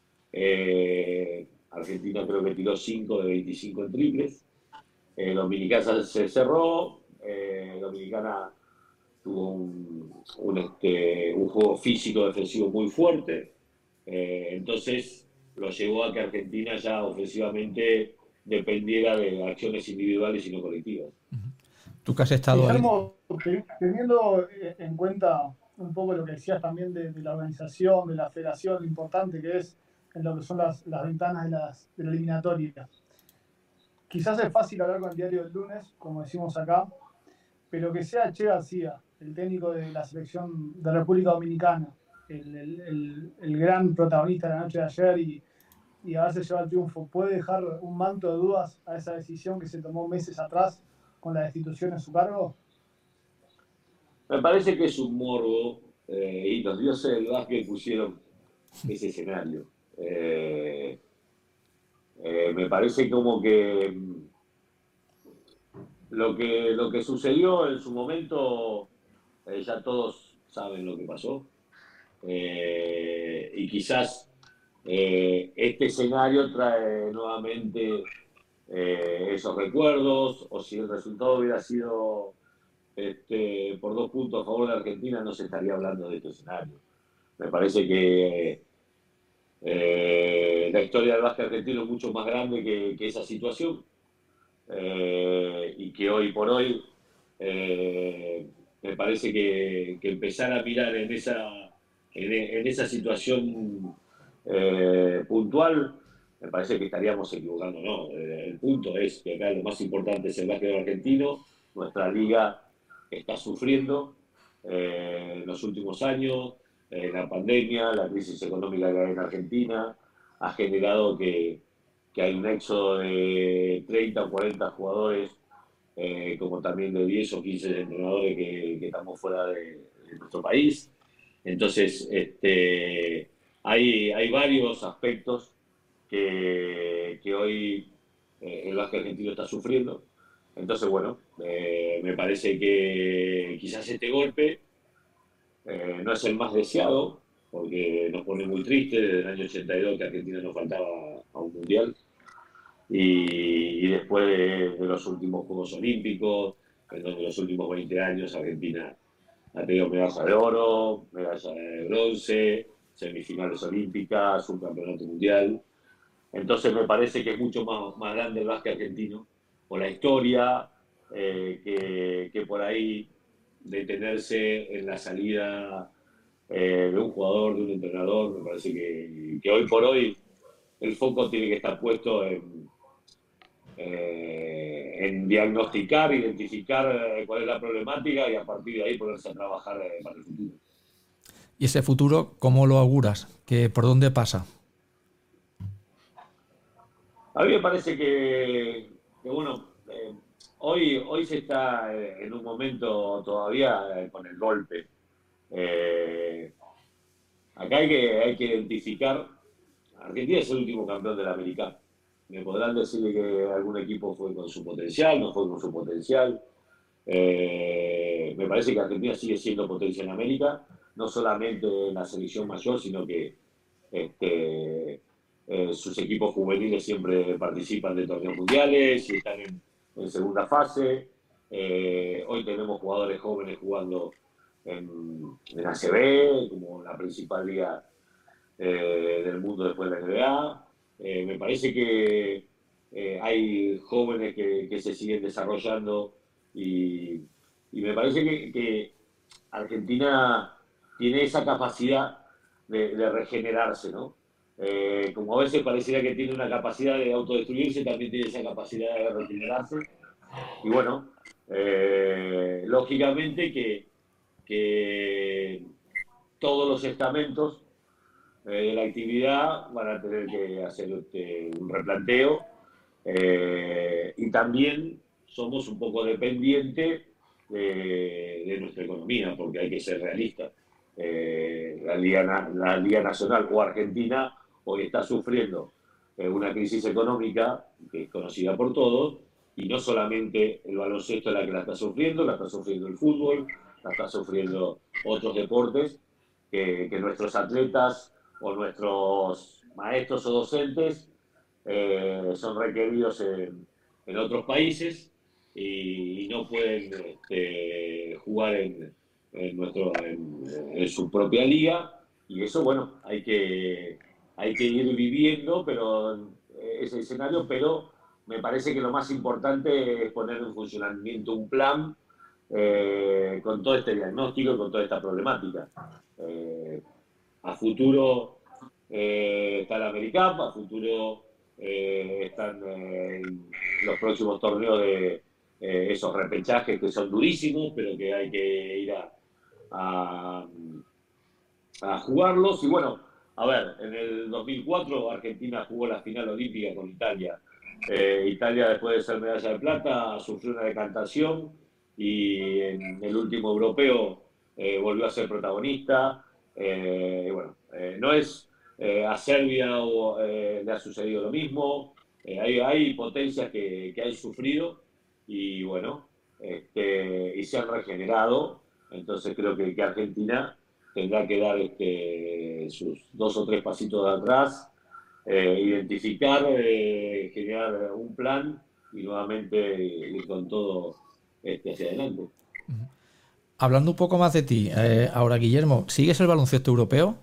Eh, Argentina creo que tiró cinco de veinticinco en triples. Eh, Dominicana se cerró. Eh, Dominicana tuvo un, un, este, un juego físico defensivo muy fuerte, eh, entonces lo llevó a que Argentina ya ofensivamente dependiera de acciones individuales y no colectivas. Tú que has estado Guillermo, ahí, teniendo en cuenta un poco lo que decías también de, de la organización, de la federación, lo importante que es en lo que son las, las ventanas de, las, de la eliminatoria. Quizás es fácil hablar con el diario del lunes, como decimos acá, pero que sea Che García, el técnico de la selección de República Dominicana, el, el, el, el gran protagonista de la noche de ayer y, y haberse llevado el triunfo, ¿puede dejar un manto de dudas a esa decisión que se tomó meses atrás con la destitución en su cargo? Me parece que es un morbo eh, y los dioses del básquet pusieron ese escenario. Eh, eh, me parece como que Lo que, lo que sucedió en su momento, eh, ya todos saben lo que pasó. Eh, y quizás eh, este escenario trae nuevamente eh, esos recuerdos, o si el resultado hubiera sido este, por dos puntos a favor de Argentina, no se estaría hablando de este escenario. Me parece que eh, la historia del básquet argentino es mucho más grande que, que esa situación. eh, y que hoy por hoy eh, me parece que, que empezar a mirar en esa, en, en esa situación eh, puntual, me parece que estaríamos equivocando, ¿no? Eh, el punto es que acá lo más importante es el básquetbol argentino. Nuestra liga está sufriendo eh, en los últimos años. Eh, la pandemia, la crisis económica que hay en Argentina ha generado que, que hay un éxodo de treinta o cuarenta jugadores, eh, como también de diez o quince entrenadores que, que estamos fuera de, de nuestro país. Entonces, este, hay, hay varios aspectos que, que hoy eh, el básquet argentino está sufriendo. Entonces, bueno, eh, me parece que quizás este golpe eh, no es el más deseado, porque nos pone muy triste desde el año ochenta y dos que Argentina nos faltaba a un mundial. Y, y después de, de los últimos Juegos Olímpicos, en donde los últimos veinte años Argentina ha tenido medalla de oro, medalla de bronce, semifinales olímpicas, un campeonato mundial. Entonces me parece que es mucho más, más grande el básquet argentino por la historia, eh, que, que por ahí detenerse en la salida eh, de un jugador, de un entrenador. Me parece que, que hoy por hoy el foco tiene que estar puesto en, eh, en diagnosticar, identificar cuál es la problemática y a partir de ahí ponerse a trabajar eh, para el futuro. ¿Y ese futuro cómo lo auguras? ¿Que ¿Por dónde pasa? A mí me parece que, que bueno, eh, hoy, hoy se está eh, en un momento todavía eh, con el golpe. Eh, acá hay que, hay que identificar. Argentina es el último campeón del americano. Me podrán decir que algún equipo fue con su potencial, no fue con su potencial. Eh, me parece que Argentina sigue siendo potencia en América, no solamente en la selección mayor, sino que este, eh, sus equipos juveniles siempre participan de torneos mundiales y están en, en segunda fase. Eh, hoy tenemos jugadores jóvenes jugando en, en A C B, como la principal liga eh, del mundo después de la N B A. Eh, me parece que eh, hay jóvenes que, que se siguen desarrollando y, y me parece que, que Argentina tiene esa capacidad de, de regenerarse, ¿no? Eh, como a veces pareciera que tiene una capacidad de autodestruirse, también tiene esa capacidad de regenerarse. Y bueno, eh, lógicamente que, que todos los estamentos eh, de la actividad van a tener que hacer este, un replanteo eh, y también somos un poco dependientes de, de nuestra economía, porque hay que ser realistas. Eh, la, Liga, la Liga Nacional o Argentina hoy está sufriendo eh, una crisis económica que es conocida por todos, y no solamente el baloncesto es la que la está sufriendo, la está sufriendo el fútbol, la está sufriendo otros deportes que, que nuestros atletas o nuestros maestros o docentes eh, son requeridos en, en otros países y, y no pueden este, jugar en, en, nuestro, en, en su propia liga, y eso, bueno, hay que, hay que ir viviendo pero ese escenario, pero me parece que lo más importante es poner en funcionamiento un plan eh, con todo este diagnóstico, con toda esta problemática. Eh, a futuro eh, está el AmeriCup, a futuro eh, están eh, los próximos torneos de eh, esos repechajes que son durísimos, pero que hay que ir a, a, a jugarlos. Y bueno, a ver, en el dos mil cuatro Argentina jugó la final olímpica con Italia. Eh, Italia, después de ser medalla de plata, sufrió una decantación y en el último europeo eh, volvió a ser protagonista. Eh, bueno, eh, no es eh, a Serbia o, eh, le ha sucedido lo mismo. Eh, hay, hay potencias que, que han sufrido y bueno, este, y se han regenerado. Entonces creo que, que Argentina tendrá que dar este, sus dos o tres pasitos de atrás. Eh, identificar, eh, generar un plan y nuevamente ir con todo este, hacia adelante. Hablando un poco más de ti, eh, ahora Guillermo, ¿sigues el baloncesto europeo?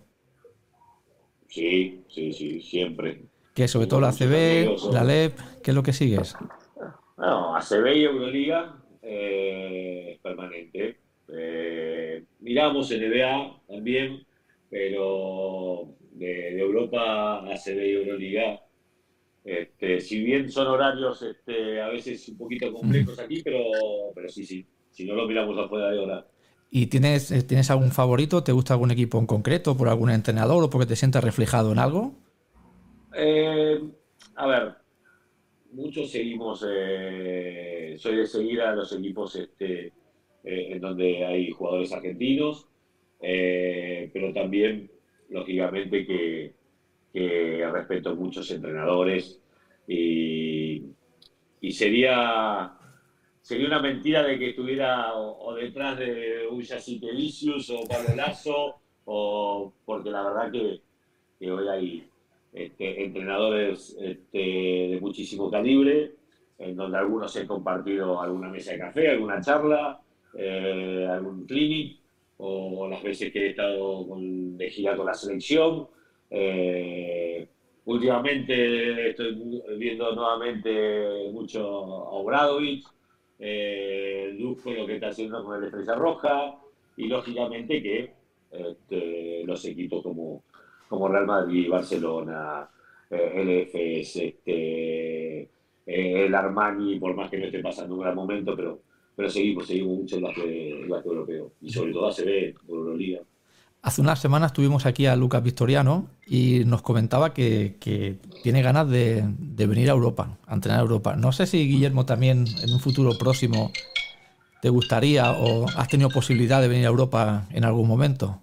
Sí, sí, sí, siempre. Que sobre todo la A C B, la L E P, ¿qué es lo que sigues? Bueno, A C B y Euroliga eh, es permanente. Eh, miramos N B A también, pero de, de Europa A C B y Euroliga, este, si bien son horarios este, a veces un poquito complejos aquí, pero, pero sí, sí, si no lo miramos afuera de hora. ¿Y tienes, tienes algún favorito? ¿Te gusta algún equipo en concreto, por algún entrenador o porque te sientes reflejado en algo? Eh, a ver, muchos seguimos, eh, soy de seguir a los equipos este, eh, en donde hay jugadores argentinos, eh, pero también, lógicamente, que, que respeto muchos entrenadores y, y sería, sería una mentira de que estuviera o, o detrás de un Jacite Vicius o Pablo Lasso, o, porque la verdad que, que hoy hay Este, entrenadores este, de muchísimo calibre, en donde algunos he compartido alguna mesa de café, alguna charla, eh, algún clinic, o las veces que he estado con, de gira con la selección. Eh, últimamente estoy viendo nuevamente mucho a Obradovic, eh, Luz con lo que está haciendo con el Estrella Roja, y lógicamente que este, los equipos como como Real Madrid, Barcelona, eh, L F S, este, eh, el Armani, por más que no esté pasando un gran momento, pero, pero seguimos, seguimos mucho el básquet, el básquet europeo, y sobre todo A C B, Euroliga. Hace unas semanas tuvimos aquí a Lucas Victoriano y nos comentaba que, que tiene ganas de, de venir a Europa, a entrenar a Europa. No sé si, Guillermo, también en un futuro próximo te gustaría o has tenido posibilidad de venir a Europa en algún momento.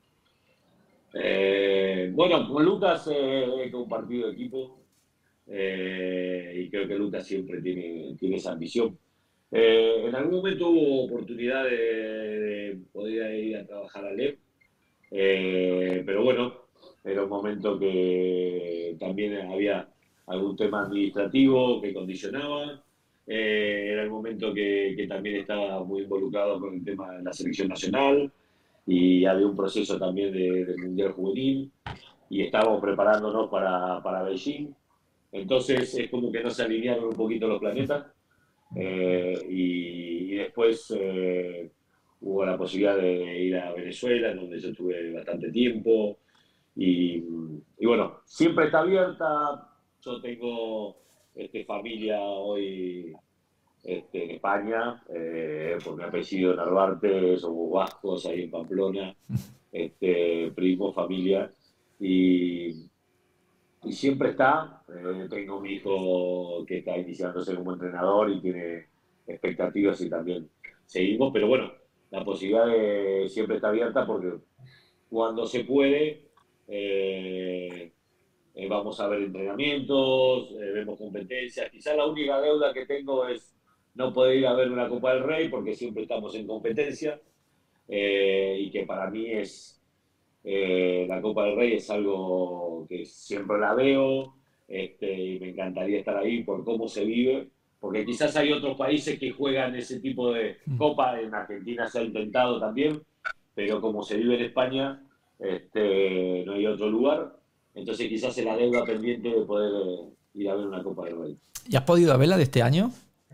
Eh, bueno, con Lucas eh, he compartido equipo eh, y creo que Lucas siempre tiene, tiene esa ambición. Eh, en algún momento hubo oportunidad de, de poder ir a trabajar al L E P, eh, pero bueno, era un momento que también había algún tema administrativo que condicionaba. Eh, era el momento que, que también estaba muy involucrado con el tema de la selección nacional. Y había un proceso también de, del Mundial Juvenil y estábamos preparándonos para, para Beijing. Entonces es como que no se alinearon un poquito los planetas eh, y, y después eh, hubo la posibilidad de ir a Venezuela, donde yo estuve bastante tiempo y, y bueno, siempre está abierta. Yo tengo este, familia hoy Este, en España, eh, por mi apellido Narvarte, somos vascos ahí en Pamplona, este, primo, familia, y, y siempre está. Eh, tengo mi hijo que está iniciándose como entrenador y tiene expectativas y también seguimos, pero bueno, la posibilidad de, siempre está abierta porque cuando se puede, eh, eh, vamos a ver entrenamientos, eh, vemos competencias. Quizás la única deuda que tengo es no poder ir a ver una Copa del Rey porque siempre estamos en competencia eh, y que para mí es eh, la Copa del Rey es algo que siempre la veo este, y me encantaría estar ahí por cómo se vive, porque quizás hay otros países que juegan ese tipo de Copa, en Argentina se ha intentado también, pero como se vive en España este, no hay otro lugar, entonces quizás es la deuda pendiente de poder eh, ir a ver una Copa del Rey. ¿Y has podido verla de este año?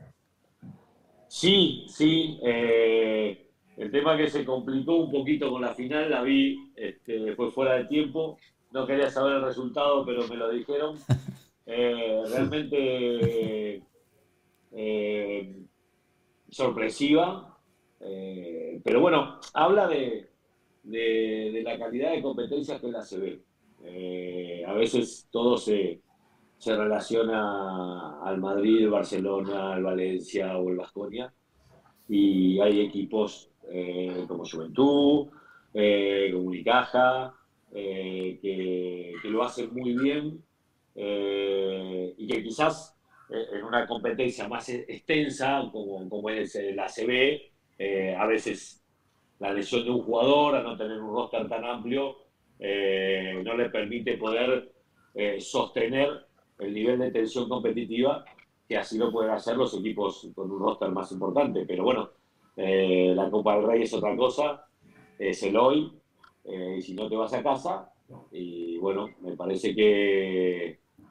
Sí, sí. Eh, el tema que se complicó un poquito con la final, la vi, este, fue fuera de tiempo. No quería saber el resultado, pero me lo dijeron. Eh, realmente eh, sorpresiva. Eh, pero bueno, habla de, de, de la calidad de competencias que la se ve. Eh, a veces todo se... se relaciona al Madrid, el Barcelona, el Valencia o el Baskonia, y hay equipos eh, como Juventud, eh, como Unicaja, eh, que, que lo hacen muy bien eh, y que quizás eh, en una competencia más extensa como, como es la A C B, eh, a veces la lesión de un jugador, a no tener un roster tan amplio, eh, no le permite poder eh, sostener el nivel de tensión competitiva que así lo pueden hacer los equipos con un roster más importante. Pero bueno, eh, la Copa del Rey es otra cosa, es el hoy, eh, y si no te vas a casa, y bueno, me parece que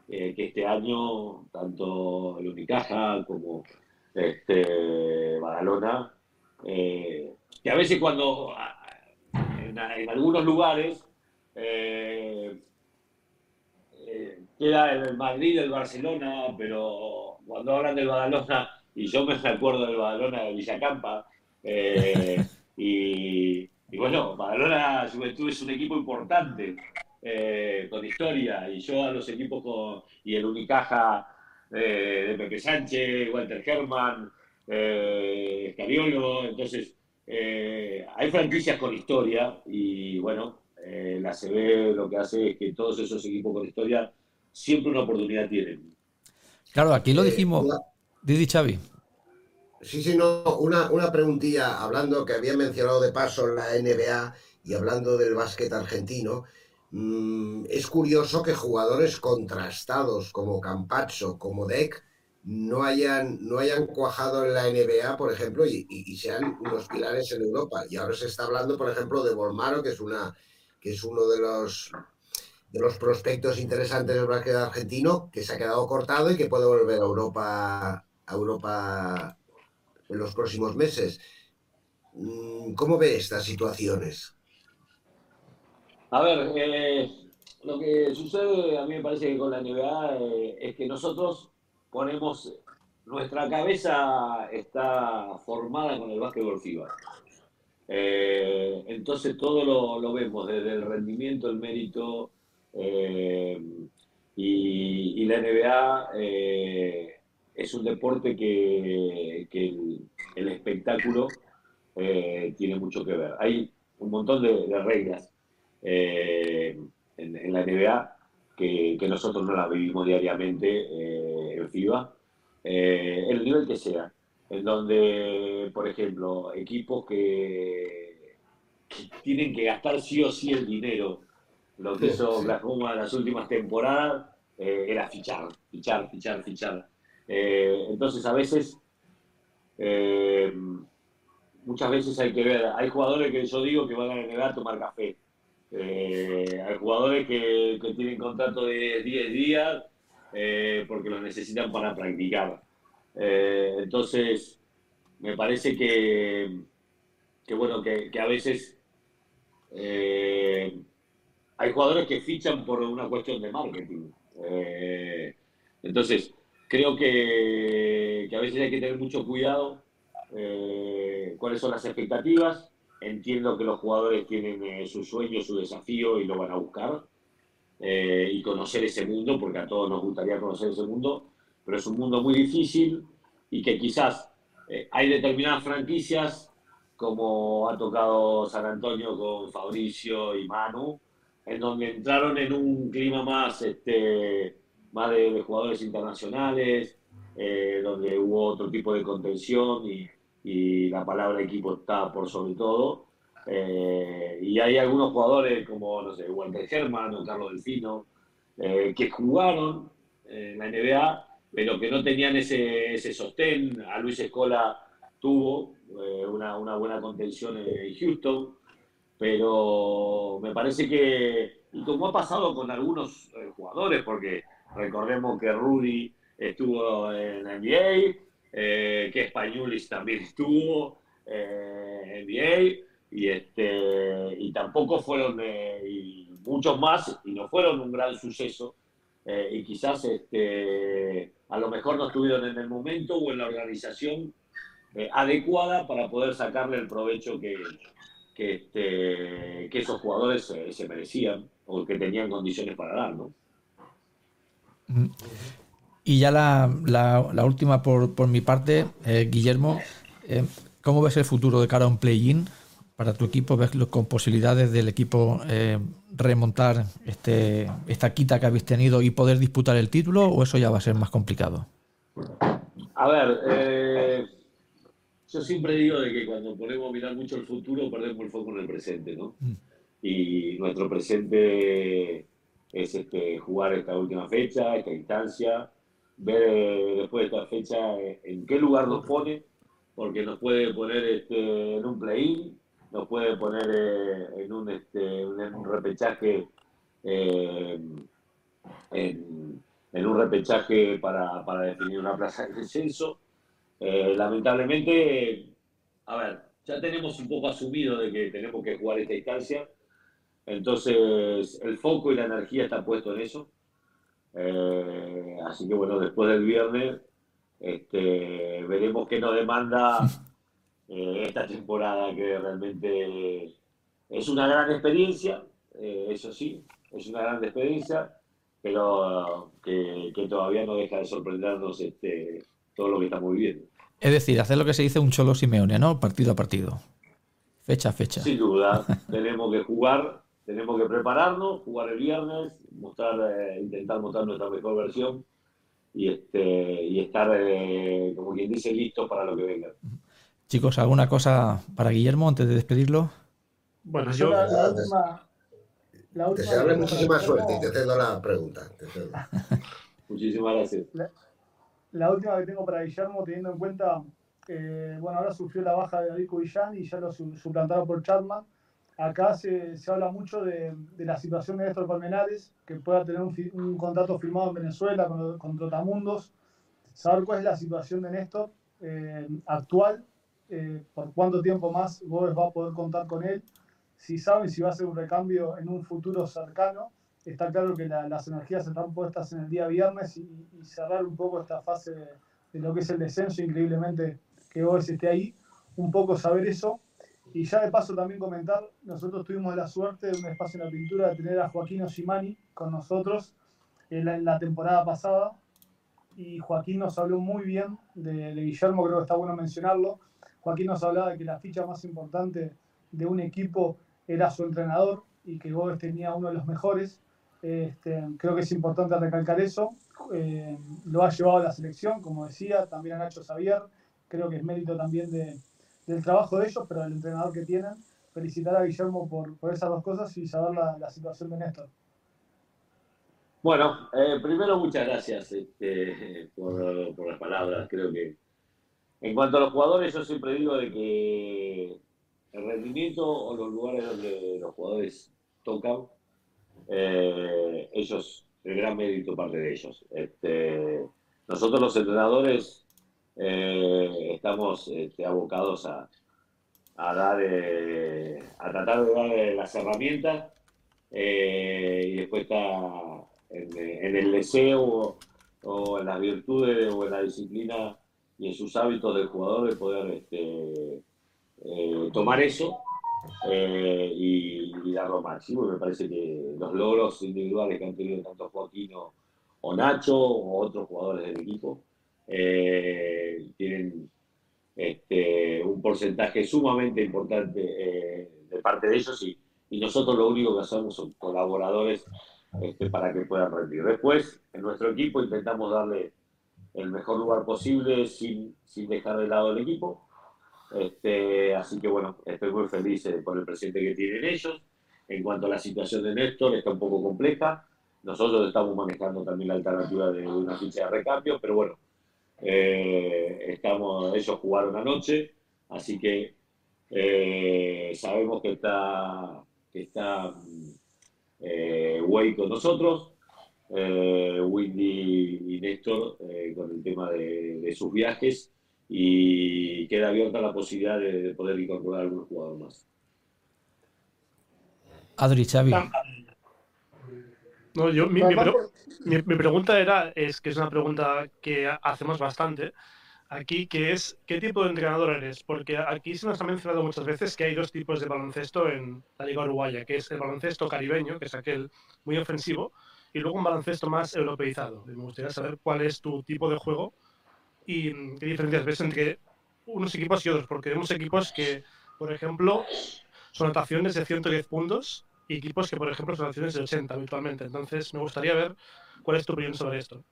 eh, que este año, tanto el Unicaja como este, Badalona, eh, que a veces cuando en, en algunos lugares eh, eh, queda el Madrid, el Barcelona, pero cuando hablan del Badalona, y yo me acuerdo del Badalona de Villacampa, eh, y, y bueno, Badalona Juventud es un equipo importante, eh, con historia, y yo a los equipos con, y el Unicaja eh, de Pepe Sánchez, Walter Herman, eh, Escariolo, entonces eh, hay franquicias con historia, y bueno, eh, la C B lo que hace es que todos esos equipos con historia siempre una oportunidad tienen. Claro, aquí lo Eh, dijimos. una- Didi, Xavi. Sí, sí, no, una, una preguntilla, hablando que había mencionado de paso la N B A y hablando del básquet argentino, mm, es curioso que jugadores contrastados como Campazzo, como Deck, no hayan, no hayan cuajado en la N B A, por ejemplo, y, y- y sean unos pilares en Europa. Y ahora se está hablando, por ejemplo, de Bolmaro, que es una, que es uno de los de los prospectos interesantes del básquet argentino, que se ha quedado cortado y que puede volver a Europa, a Europa en los próximos meses. Mm, ¿Cómo ve estas situaciones? A ver, eh, lo que sucede a mí me parece que con la N B A eh, es que nosotros ponemos, nuestra cabeza está formada con el básquetbol FIBA. Eh, entonces todo lo, lo vemos desde el rendimiento, el mérito, eh, y, y la N B A eh, es un deporte que, que el, el espectáculo eh, tiene mucho que ver. Hay un montón de, de reglas eh, en, en la N B A que, que nosotros no las vivimos diariamente eh, en FIBA, eh, el nivel que sea, en donde, por ejemplo, equipos que, que tienen que gastar sí o sí el dinero. Lo que hizo Sí. Oklahoma en las últimas temporadas eh, era fichar, fichar, fichar, fichar. Eh, entonces, a veces, eh, muchas veces hay que ver, hay jugadores que yo digo que van a la N B A a tomar café. Eh, hay jugadores que, que tienen contrato de diez días eh, porque los necesitan para practicar. Eh, entonces, me parece que, que bueno, que, que a veces eh, hay jugadores que fichan por una cuestión de marketing. Eh, entonces, creo que, que a veces hay que tener mucho cuidado eh, cuáles son las expectativas. Entiendo que los jugadores tienen eh, su sueño, su desafío y lo van a buscar eh, y conocer ese mundo, porque a todos nos gustaría conocer ese mundo, pero es un mundo muy difícil y que quizás eh, hay determinadas franquicias, como ha tocado San Antonio con Fabricio y Manu, en donde entraron en un clima más, este, más de, de jugadores internacionales, eh, donde hubo otro tipo de contención y, y la palabra equipo está por sobre todo. Eh, y hay algunos jugadores como, no sé, Walter Herman o Carlos Delfino, eh, que jugaron en la N B A, pero que no tenían ese, ese sostén. A Luis Escola tuvo eh, una, una buena contención en Houston, pero me parece que, y como ha pasado con algunos eh, jugadores, porque recordemos que Rudy estuvo en la N B A, eh, que Spanulis también estuvo eh, en N B A, y, este, y tampoco fueron, eh, y muchos más, y no fueron un gran suceso, eh, y quizás este, a lo mejor no estuvieron en el momento o en la organización eh, adecuada para poder sacarle el provecho que, que, este, que esos jugadores se, se merecían o que tenían condiciones para dar, ¿no? Y ya la, la, la última por, por mi parte, eh, Guillermo, eh, ¿cómo ves el futuro de cara a un play-in para tu equipo? ¿Ves con posibilidades del equipo eh, remontar este, esta quita que habéis tenido y poder disputar el título, o eso ya va a ser más complicado? A ver, eh, yo siempre digo de que cuando ponemos a mirar mucho el futuro perdemos el foco en el presente, ¿no? Mm. Y nuestro presente es este, jugar esta última fecha, esta instancia, ver eh, después de esta fecha eh, en qué lugar nos pone, porque nos puede poner este, en un play-in, nos puede poner eh, en un, este, un, un repechaje eh, en, en un repechaje para, para definir una plaza de descenso. Eh, lamentablemente, a ver, ya tenemos un poco asumido de que tenemos que jugar esta instancia, entonces el foco y la energía está puesto en eso. Eh, así que bueno, después del viernes este, veremos qué nos demanda eh, esta temporada, que realmente es una gran experiencia, eh, eso sí, es una gran experiencia, pero uh, que, que todavía no deja de sorprendernos este, todo lo que estamos viviendo. Es decir, hacer lo que se dice un Cholo Simeone, ¿no? Partido a partido. Fecha a fecha. Sin duda, tenemos que jugar, tenemos que prepararnos, jugar el viernes, mostrar, eh, intentar mostrar nuestra mejor versión y, este, y estar, eh, como quien dice, listos para lo que venga. Chicos, ¿alguna cosa para Guillermo antes de despedirlo? Bueno, yo yo... la, la última... La última Desearle muchísima Guillermo, suerte y te cedo la pregunta. Muchísimas gracias. La, la última que tengo para Guillermo, teniendo en cuenta, eh, bueno, ahora sufrió la baja de David Cubillán y ya lo su, suplantaron por Chapman. Acá se, se habla mucho de, de la situación de Néstor Colmenares, que pueda tener un, un contrato firmado en Venezuela con, con Trotamundos. Saber cuál es la situación de Néstor eh, actual, eh, por cuánto tiempo más Gómez va a poder contar con él. Si saben si va a ser un recambio en un futuro cercano. Está claro que la, las energías están puestas en el día viernes y, y cerrar un poco esta fase de, de lo que es el descenso, increíblemente que Gómez esté ahí, un poco saber eso. Y ya de paso también comentar, nosotros tuvimos la suerte de un espacio en la pintura de tener a Joaquín Osimani con nosotros en la, en la temporada pasada, y Joaquín nos habló muy bien de, de Guillermo, creo que está bueno mencionarlo. Joaquín nos hablaba de que la ficha más importante de un equipo era su entrenador y que Gómez tenía uno de los mejores. Este, creo que es importante recalcar eso. Eh, lo ha llevado a la selección, como decía, también a Nacho Xavier. Creo que es mérito también de, del trabajo de ellos, pero del entrenador que tienen. Felicitar a Guillermo por, por esas dos cosas y saber la, la situación de Néstor. Bueno, eh, primero muchas gracias este, por, por las palabras. Creo que en cuanto a los jugadores, yo siempre digo de que el rendimiento o los lugares donde los jugadores tocan, eh, ellos, el gran mérito parte de ellos. Este, nosotros los entrenadores eh, estamos este, abocados a, a dar, eh, a tratar de dar eh, las herramientas eh, y después está en, en el deseo o, o en las virtudes o en la disciplina y en sus hábitos del jugador de poder este, eh, tomar eso eh, y, y darlo máximo. Me parece que los logros individuales que han tenido tanto Joaquín o, o Nacho o otros jugadores del equipo eh, tienen este, un porcentaje sumamente importante eh, de parte de ellos y, y nosotros lo único que hacemos son colaboradores este, para que puedan rendir. Después, en nuestro equipo intentamos darle el mejor lugar posible sin, sin dejar de lado el equipo. Este, así que bueno, estoy muy feliz eh, por el presente que tienen ellos. En cuanto a la situación de Néstor, está un poco compleja. Nosotros estamos manejando también la alternativa de una ficha de recambio, pero bueno, eh, estamos, ellos jugaron anoche, así que eh, sabemos que está, que está eh, Way con nosotros, eh, Windy y Néstor eh, con el tema de, de sus viajes, y queda abierta la posibilidad de, de poder incorporar algún jugador más. Adri, Xavi. No, yo, mi, mi, mi, mi pregunta era, es que es una pregunta que hacemos bastante aquí, que es, ¿qué tipo de entrenador eres? Porque aquí se nos ha mencionado muchas veces que hay dos tipos de baloncesto en la Liga Uruguaya, que es el baloncesto caribeño, que es aquel muy ofensivo, y luego un baloncesto más europeizado. Y me gustaría saber cuál es tu tipo de juego y qué diferencias ves entre unos equipos y otros, porque vemos equipos que, por ejemplo, son anotaciones de ciento diez puntos y equipos que, por ejemplo, son anotaciones de ochenta habitualmente. Entonces, me gustaría ver cuál es tu opinión sobre esto.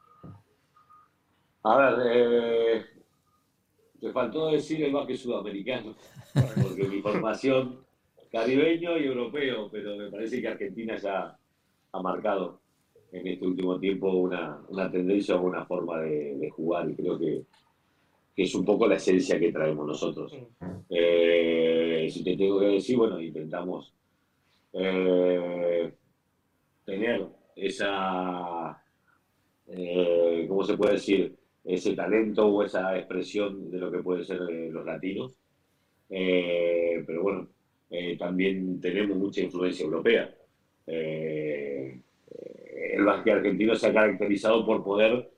A ver, eh, te faltó decir el básquet sudamericano, porque mi formación caribeño y europeo, pero me parece que Argentina ya ha marcado en este último tiempo una, una tendencia o una forma de, de jugar, y creo que, que es un poco la esencia que traemos nosotros. Eh, si te tengo que decir, bueno, intentamos eh, tener esa, eh, ¿cómo se puede decir? Ese talento o esa expresión de lo que pueden ser eh, los latinos. Eh, pero bueno, eh, también tenemos mucha influencia europea. Eh, el básquet argentino se ha caracterizado por poder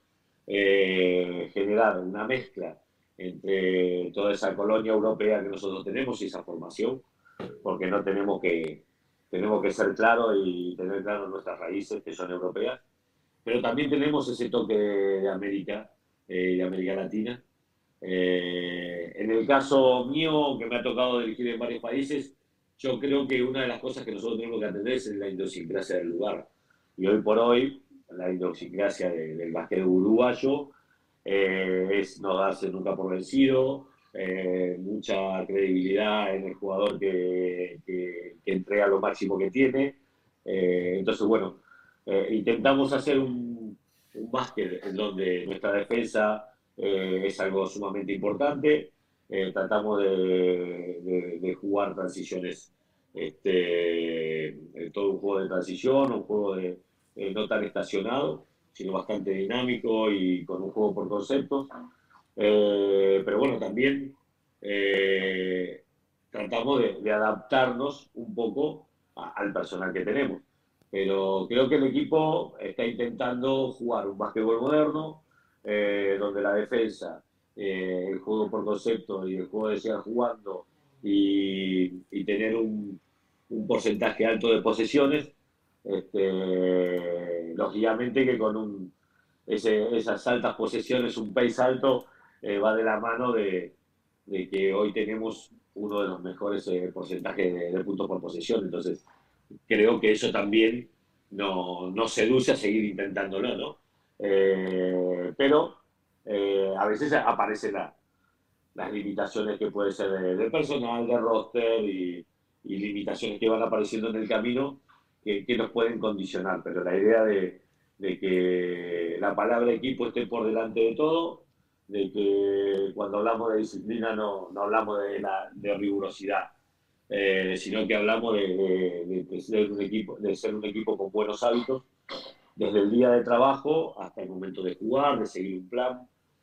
eh, generar una mezcla entre toda esa colonia europea que nosotros tenemos y esa formación, porque no tenemos que, tenemos que ser claros y tener claro nuestras raíces que son europeas, pero también tenemos ese toque de América, eh, de América Latina. Eh, en el caso mío, que me ha tocado dirigir en varios países, yo creo que una de las cosas que nosotros tenemos que atender es la idiosincrasia del lugar. Y hoy por hoy, la idiosincrasia de, del básquet uruguayo eh, es no darse nunca por vencido, eh, mucha credibilidad en el jugador que, que, que entrega lo máximo que tiene. Eh, entonces, bueno, eh, intentamos hacer un, un básquet en donde nuestra defensa eh, es algo sumamente importante. Eh, tratamos de, de, de jugar transiciones, este, todo un juego de transición, un juego de, eh, no tan estacionado, sino bastante dinámico y con un juego por conceptos. Eh, pero bueno, también eh, tratamos de, de adaptarnos un poco a, al personal que tenemos. Pero creo que el equipo está intentando jugar un básquetbol moderno, eh, donde la defensa, eh, el juego por concepto y el juego de seguir jugando y, y tener un, un porcentaje alto de posesiones, este, lógicamente que con un, ese, esas altas posesiones, un pace alto, eh, va de la mano de, de que hoy tenemos uno de los mejores eh, porcentajes de, de puntos por posesión. Entonces, creo que eso también nos no seduce a seguir intentándolo, ¿no? Eh, pero eh, a veces aparecen la, las limitaciones que puede ser de, de personal, de roster y, y limitaciones que van apareciendo en el camino que, que nos pueden condicionar. Pero la idea de, de que la palabra equipo esté por delante de todo, de que cuando hablamos de disciplina no, no hablamos de, la, de rigurosidad, eh, sino que hablamos de, de, de, ser un equipo, de ser un equipo con buenos hábitos, desde el día de trabajo hasta el momento de jugar, de seguir un plan,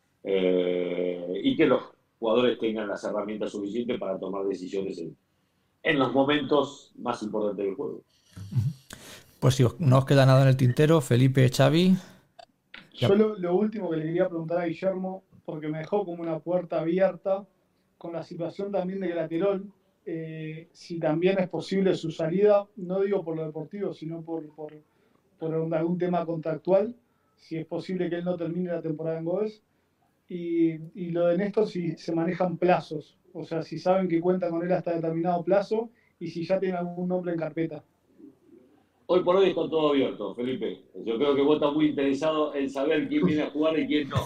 eh, y que los jugadores tengan las herramientas suficientes para tomar decisiones en, en los momentos más importantes del juego. Pues si no os queda nada en el tintero, Felipe, Xavi. Yo lo, lo último que le quería preguntar a Guillermo, porque me dejó como una puerta abierta con la situación también de Graterol, eh, si también es posible su salida, no digo por lo deportivo, sino por, por, por algún tema contractual, si es posible que él no termine la temporada en Goes, y, y lo de Néstor si se manejan plazos, o sea, si saben que cuentan con él hasta determinado plazo y si ya tienen algún nombre en carpeta. Hoy por hoy está todo abierto, Felipe. Yo creo que vos estás muy interesado en saber quién viene a jugar y quién no.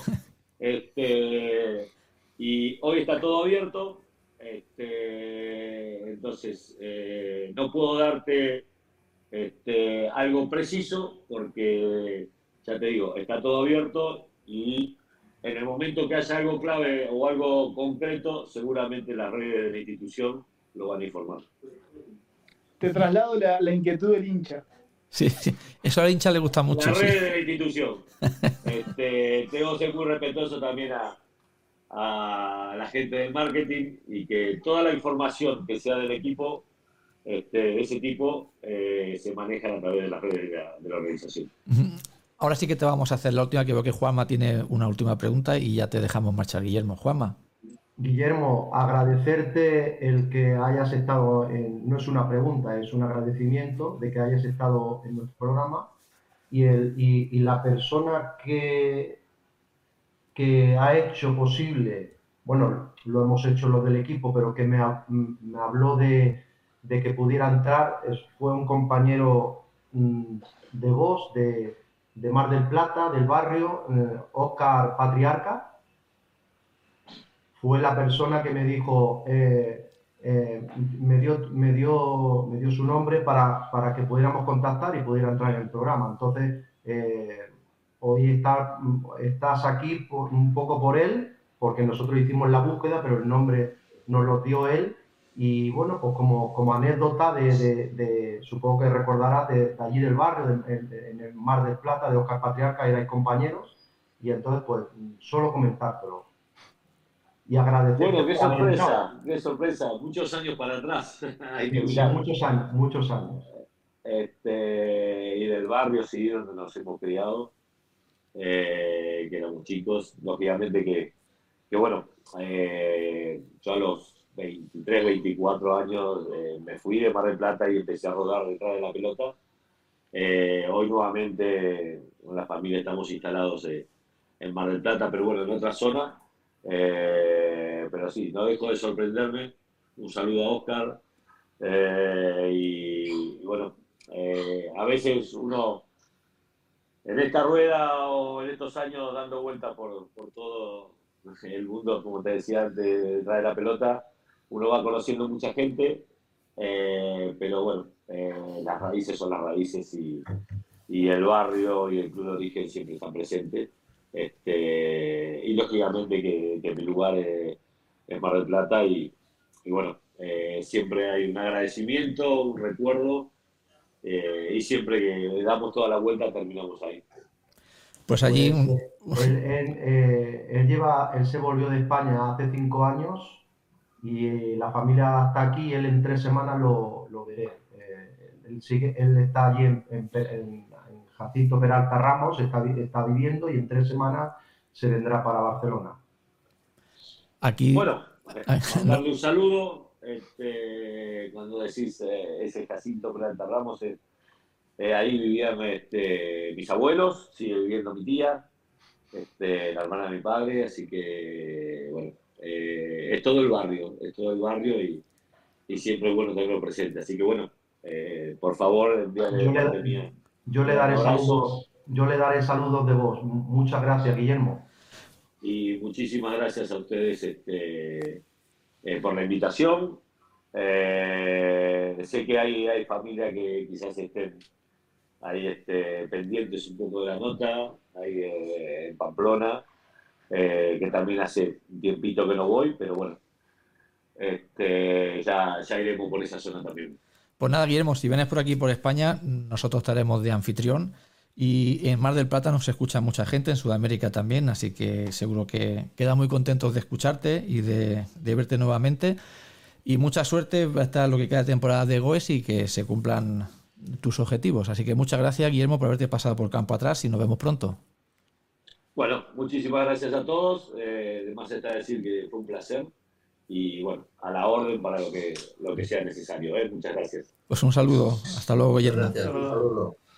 Este, y hoy está todo abierto. Este, entonces, eh, no puedo darte este, algo preciso porque, ya te digo, está todo abierto y en el momento que haya algo clave o algo concreto, seguramente las redes de la institución lo van a informar. Te traslado la, la inquietud del hincha. Sí, sí, eso al hincha le gusta mucho. La red sí. de la institución. Este, tengo que ser muy respetuoso también a, a la gente del marketing y que toda la información que sea del equipo, este, de ese tipo, eh, se maneja a través de las redes de la, de la organización. Ahora sí que te vamos a hacer la última, que veo que Juanma tiene una última pregunta y ya te dejamos marchar, Guillermo. Juanma. Guillermo, agradecerte el que hayas estado, en, no es una pregunta, es un agradecimiento de que hayas estado en nuestro programa y, el, y, y la persona que, que ha hecho posible, bueno, lo hemos hecho lo del equipo, pero que me, me habló de, de que pudiera entrar, es, fue un compañero mmm, de voz de, de Mar del Plata, del barrio, eh, Óscar Patriarca. Fue la persona que me dijo, eh, eh, me, dio, me, dio, me dio su nombre para, para que pudiéramos contactar y pudiera entrar en el programa. Entonces, eh, hoy está, estás aquí por, un poco por él, porque nosotros hicimos la búsqueda, pero el nombre nos lo dio él Y bueno, pues como, como anécdota de, de, de, supongo que recordarás, de, de allí del barrio, de, de, en el Mar del Plata, de Óscar Patriarca, erais compañeros, y entonces pues solo comentártelo. Y agradecer. Bueno, qué sorpresa, qué sorpresa, muchos años para atrás. Hay que Sí, mirar. muchos años, muchos años. Este, y del barrio, sí, donde nos hemos criado, eh, que éramos chicos, lógicamente que, que bueno, eh, yo a los veintitrés, veinticuatro años eh, me fui de Mar del Plata y empecé a rodar detrás de la pelota. Eh, hoy nuevamente con la familia estamos instalados eh, en Mar del Plata, pero bueno, en otra zona. Eh, pero sí, no dejo de sorprenderme. Un saludo a Óscar. Eh, y, y bueno, eh, a veces uno en esta rueda o en estos años dando vueltas por, por todo el mundo, como te decía antes, detrás de la pelota, uno va conociendo mucha gente, eh, pero bueno, eh, las raíces son las raíces y, y el barrio y el club de origen siempre están presentes. Este, y lógicamente que, que mi lugar es, es Mar del Plata y, y bueno, eh, siempre hay un agradecimiento, un recuerdo eh, y siempre que le damos toda la vuelta terminamos ahí. Pues allí... Pues, él, él, eh, él, lleva, él se volvió de España hace cinco años y eh, la familia está aquí, él en tres semanas lo, lo veré. Eh, él, sigue, él está allí en, en, en Jacinto Peralta Ramos, está, está viviendo y en tres semanas se vendrá para Barcelona. Aquí... Bueno, darle un saludo. Este, cuando decís eh, ese Jacinto Peralta Ramos, eh, eh, ahí vivían este, mis abuelos, sigue viviendo mi tía, este, la hermana de mi padre, así que, bueno, eh, es todo el barrio, es todo el barrio y, y siempre es bueno tenerlo presente. Así que, bueno, eh, por favor, envíale de parte mía. Yo le daré saludos, yo le daré saludos de voz. Muchas gracias, Guillermo. Y muchísimas gracias a ustedes este, eh, por la invitación. Eh, sé que hay, hay familias que quizás estén ahí este, pendientes un poco de la nota, ahí eh, en Pamplona, eh, que también hace un tiempito que no voy, pero bueno, este, ya, ya iremos por esa zona también. Pues nada, Guillermo, si vienes por aquí, por España, nosotros estaremos de anfitrión y en Mar del Plata nos escucha mucha gente, en Sudamérica también, así que seguro que queda muy contentos de escucharte y de, de verte nuevamente. Y mucha suerte hasta lo que queda de temporada de Goes y que se cumplan tus objetivos. Así que muchas gracias, Guillermo, por haberte pasado por campo atrás y nos vemos pronto. Bueno, muchísimas gracias a todos. Eh, además está decir que fue un placer. Y bueno, a la orden para lo que, lo que sea necesario. ¿eh? Muchas gracias. Pues un saludo. Hasta luego, Guillermo. Gracias, un saludo.